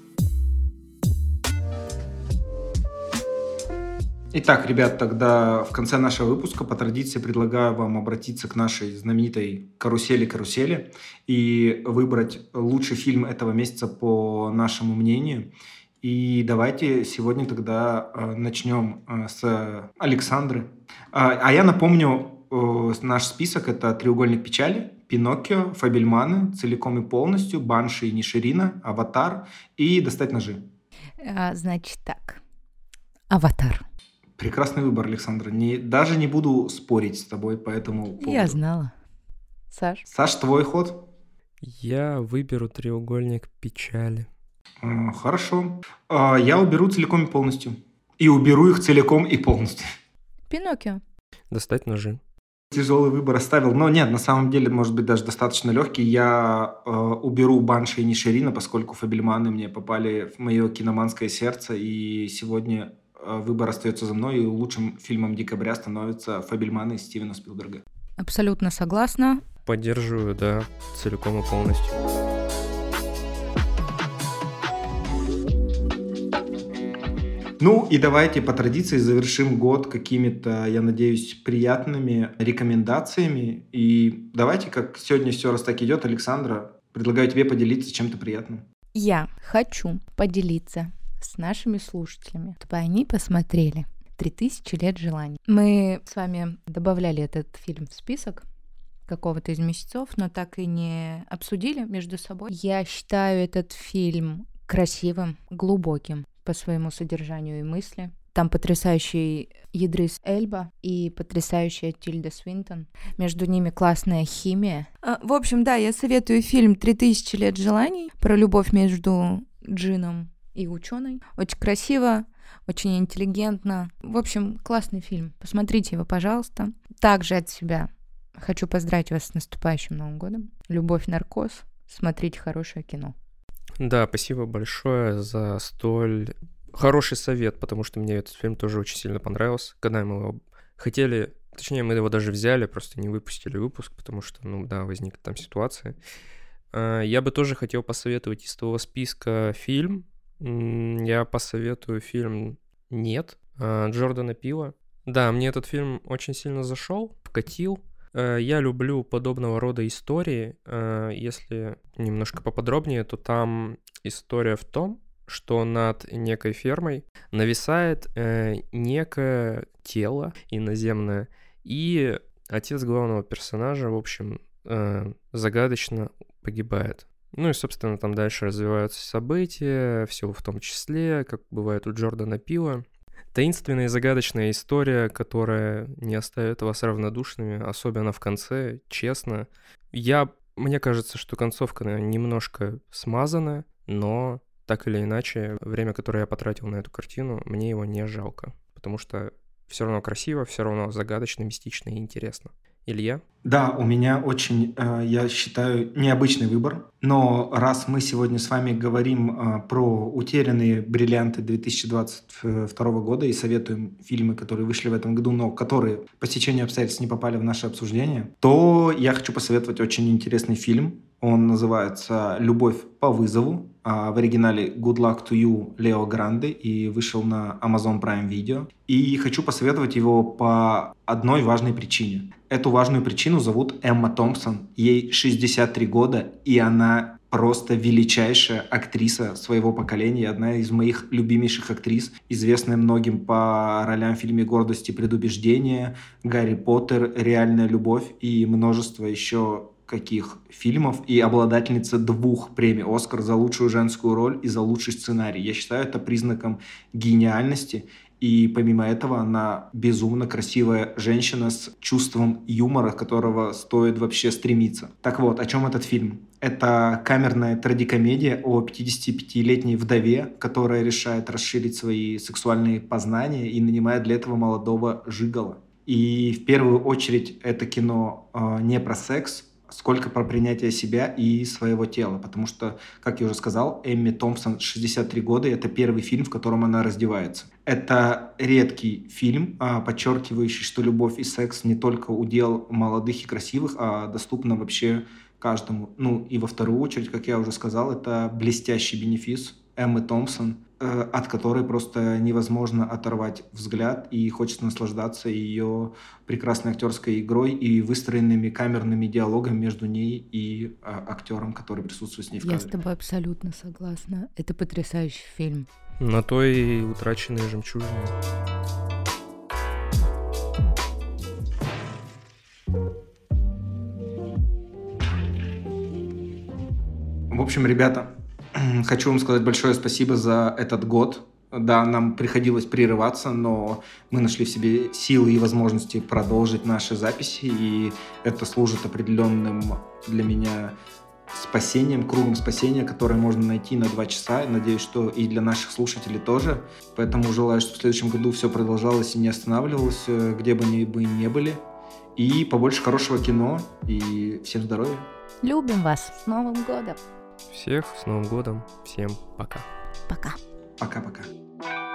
Итак, ребят, тогда в конце нашего выпуска по традиции предлагаю вам обратиться к нашей знаменитой карусели-карусели и выбрать лучший фильм этого месяца по нашему мнению. И давайте сегодня тогда э, начнем э, с Александры. А, а я напомню, э, наш список — это «Треугольник печали», «Пиноккио», «Фабельманы», «Целиком и полностью», «Банши и Ниширина», «Аватар» и «Достать ножи». А, значит так. «Аватар». Прекрасный выбор, Александра. Не, даже не буду спорить с тобой по этому поводу. Я знала. Саш? Саш, твой ход? Я выберу «Треугольник печали». А, хорошо. А, я уберу «Целиком и полностью». И уберу их целиком и полностью. «Пиноккио». «Достать ножи». Тяжелый выбор оставил. Но нет, на самом деле, может быть, даже достаточно легкий. Я э, уберу «Банши и Ниширина», поскольку «Фабельманы» мне попали в мое киноманское сердце. И сегодня э, выбор остается за мной. И лучшим фильмом декабря становятся «Фабельманы» Стивена Спилберга. Абсолютно согласна. Поддерживаю, да, целиком и полностью. Ну и давайте по традиции завершим год какими-то, я надеюсь, приятными рекомендациями. И давайте, как сегодня все раз так идет, Александра, предлагаю тебе поделиться чем-то приятным. Я хочу поделиться с нашими слушателями, чтобы они посмотрели «Три тысячи лет желаний». Мы с вами добавляли этот фильм в список какого-то из месяцев, но так и не обсудили между собой. Я считаю этот фильм красивым, глубоким по своему содержанию и мысли. Там потрясающий Идрис Эльба и потрясающая Тильда Свинтон. Между ними классная химия. А, в общем, да, я советую фильм «Три тысячи лет желаний» про любовь между джинном и ученой. Очень красиво, очень интеллигентно. В общем, классный фильм. Посмотрите его, пожалуйста. Также от себя хочу поздравить вас с наступающим Новым годом. Любовь, наркоз. Смотрите хорошее кино. Да, спасибо большое за столь хороший совет, потому что мне этот фильм тоже очень сильно понравился. Когда мы его хотели, точнее, мы его даже взяли, просто не выпустили выпуск, потому что, ну да, возникла там ситуация. Я бы тоже хотел посоветовать из того списка фильм. Я посоветую фильм «Нет» Джордана Пила. Да, мне этот фильм очень сильно зашел, вкатил. Я люблю подобного рода истории. Если немножко поподробнее, то там история в том, что над некой фермой нависает некое тело иноземное, и отец главного персонажа, в общем, загадочно погибает. Ну и, собственно, там дальше развиваются события, все в том числе, как бывает у Джордана Пила. Таинственная и загадочная история, которая не оставит вас равнодушными, особенно в конце, честно. Я, мне кажется, что концовка немножко смазана, но так или иначе, время, которое я потратил на эту картину, мне его не жалко, потому что все равно красиво, все равно загадочно, мистично и интересно. Илья? Да, у меня очень, э, я считаю, необычный выбор. Но раз мы сегодня с вами говорим э, про утерянные бриллианты две тысячи двадцать второго года и советуем фильмы, которые вышли в этом году, но которые по стечению обстоятельств не попали в наше обсуждение, то я хочу посоветовать очень интересный фильм. Он называется «Любовь по вызову». А в оригинале «Good Luck to You» Лео Гранде и вышел на Amazon Prime Video. И хочу посоветовать его по одной важной причине. Эту важную причину зовут Эмма Томпсон. Ей шестьдесят три года, и она просто величайшая актриса своего поколения, одна из моих любимейших актрис, известная многим по ролям в фильме «Гордость и предубеждение», «Гарри Поттер», «Реальная любовь» и множество еще каких фильмов, и обладательница двух премий «Оскар» за лучшую женскую роль и за лучший сценарий. Я считаю это признаком гениальности. И помимо этого она безумно красивая женщина с чувством юмора, которого стоит вообще стремиться. Так вот, о чем этот фильм? Это камерная трагикомедия о пятидесятипятилетней вдове, которая решает расширить свои сексуальные познания и нанимает для этого молодого жиголо. И в первую очередь это кино э, не про секс, сколько про принятие себя и своего тела. Потому что, как я уже сказал, Эмми Томпсон шестьдесят три года, и это первый фильм, в котором она раздевается. Это редкий фильм, подчеркивающий, что любовь и секс не только удел молодых и красивых, а доступно вообще каждому. Ну и во вторую очередь, как я уже сказал, это блестящий бенефис Эммы Томпсон, от которой просто невозможно оторвать взгляд, и хочется наслаждаться ее прекрасной актерской игрой и выстроенными камерными диалогами между ней и а, актером, который присутствует с ней в кадре. Я с тобой абсолютно согласна. Это потрясающий фильм. На то и утраченные жемчужины. В общем, ребята, хочу вам сказать большое спасибо за этот год. Да, нам приходилось прерываться, но мы нашли в себе силы и возможности продолжить наши записи, и это служит определенным для меня спасением, кругом спасения, которое можно найти на два часа. Надеюсь, что и для наших слушателей тоже. Поэтому желаю, чтобы в следующем году все продолжалось и не останавливалось, где бы мы ни были. И побольше хорошего кино. И всем здоровья. Любим вас. С Новым годом. Всех с Новым годом. Всем пока. Пока. Пока-пока.